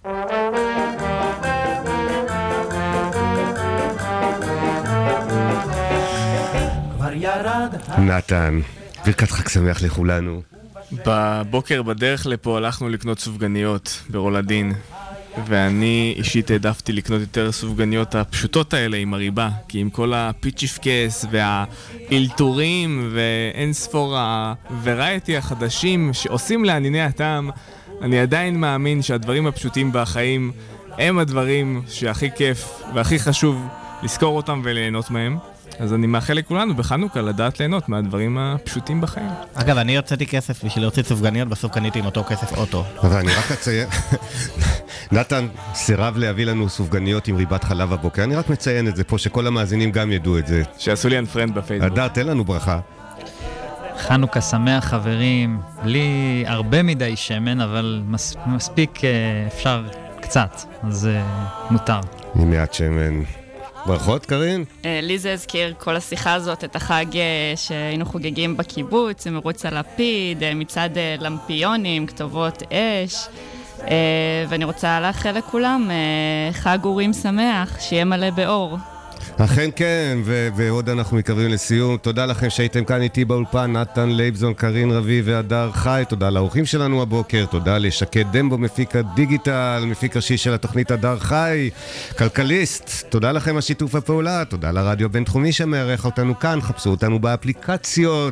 נתן, ברכת חג שמח לכולנו. בבוקר בדרך לפה הלכנו לקנות סופגניות ברולדין, ואני אישית העדפתי לקנות יותר סופגניות הפשוטות האלה עם הריבה, כי עם כל הפיצ'יפקס והאילתורים ואין ספור הוורייטי החדשים שעושים לענייני הטעם, אני עדיין מאמין שהדברים הפשוטים בחיים הם הדברים שהכי כיף והכי חשוב לזכור אותם וליהנות מהם. אז אני מאחל לכולנו בחנוכה לדעת ליהנות מהדברים הפשוטים בחיים. אגב, אני יוצאתי כסף בשביל להוציא סופגניות, בסוף קניתי עם אותו כסף אוטו. אבל אני רק אציין, נתן סירב להביא לנו סופגניות עם ריבת חלב הבוקר. אני רק מציין את זה פה, שכל המאזינים גם ידעו את זה. שעשו לי אנפרנד בפייסבוק. הדר, תן לנו ברכה. חנוכה שמח, חברים. בלי הרבה מדי שמן, אבל מס, מספיק אפשר קצת, אז מותר. עם מעט שמן. ברכות, קרין? לי זה הזכיר כל השיחה הזאת, את החג שהיינו חוגגים בקיבוץ, מרוץ הלפיד, מצד למפיונים, כתובות אש, ואני רוצה לאחל לכולם חג אורים שמח, שיהיה מלא באור. אכן כן, ו- ועוד אנחנו מקרבים לסיום. תודה לכם שהייתם כאן איתי באולפן, נתן לייבזון, קרין רבי והדר חי. תודה לאורחים שלנו הבוקר, תודה לשקד דמבו, מפיק הדיגיטל, מפיק ראשי של התוכנית הדר חי, כלכליסט. תודה לכם על שיתוף הפעולה, תודה לרדיו בינתחומי שמארח אותנו כאן, חפשו אותנו באפליקציות.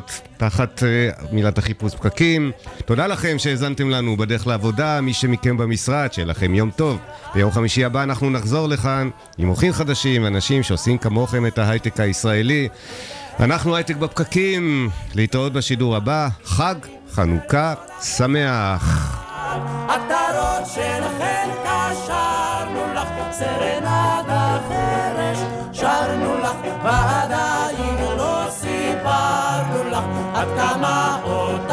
תחת uh, מילת החיפוש פקקים. תודה לכם שהזנתם לנו בדרך לעבודה, מי שמכם במשרד, שיהיה לכם יום טוב. ביום חמישי הבא אנחנו נחזור לכאן עם אורחים חדשים, אנשים שעושים כמוכם את ההייטק הישראלי. אנחנו הייטק בפקקים, להתראות בשידור הבא, חג חנוכה שמח. עטרות של חלקה שרנו לך, סרנדה חרש שרנו לך, ועדיין לא סיפרנו לך עד כמה אותה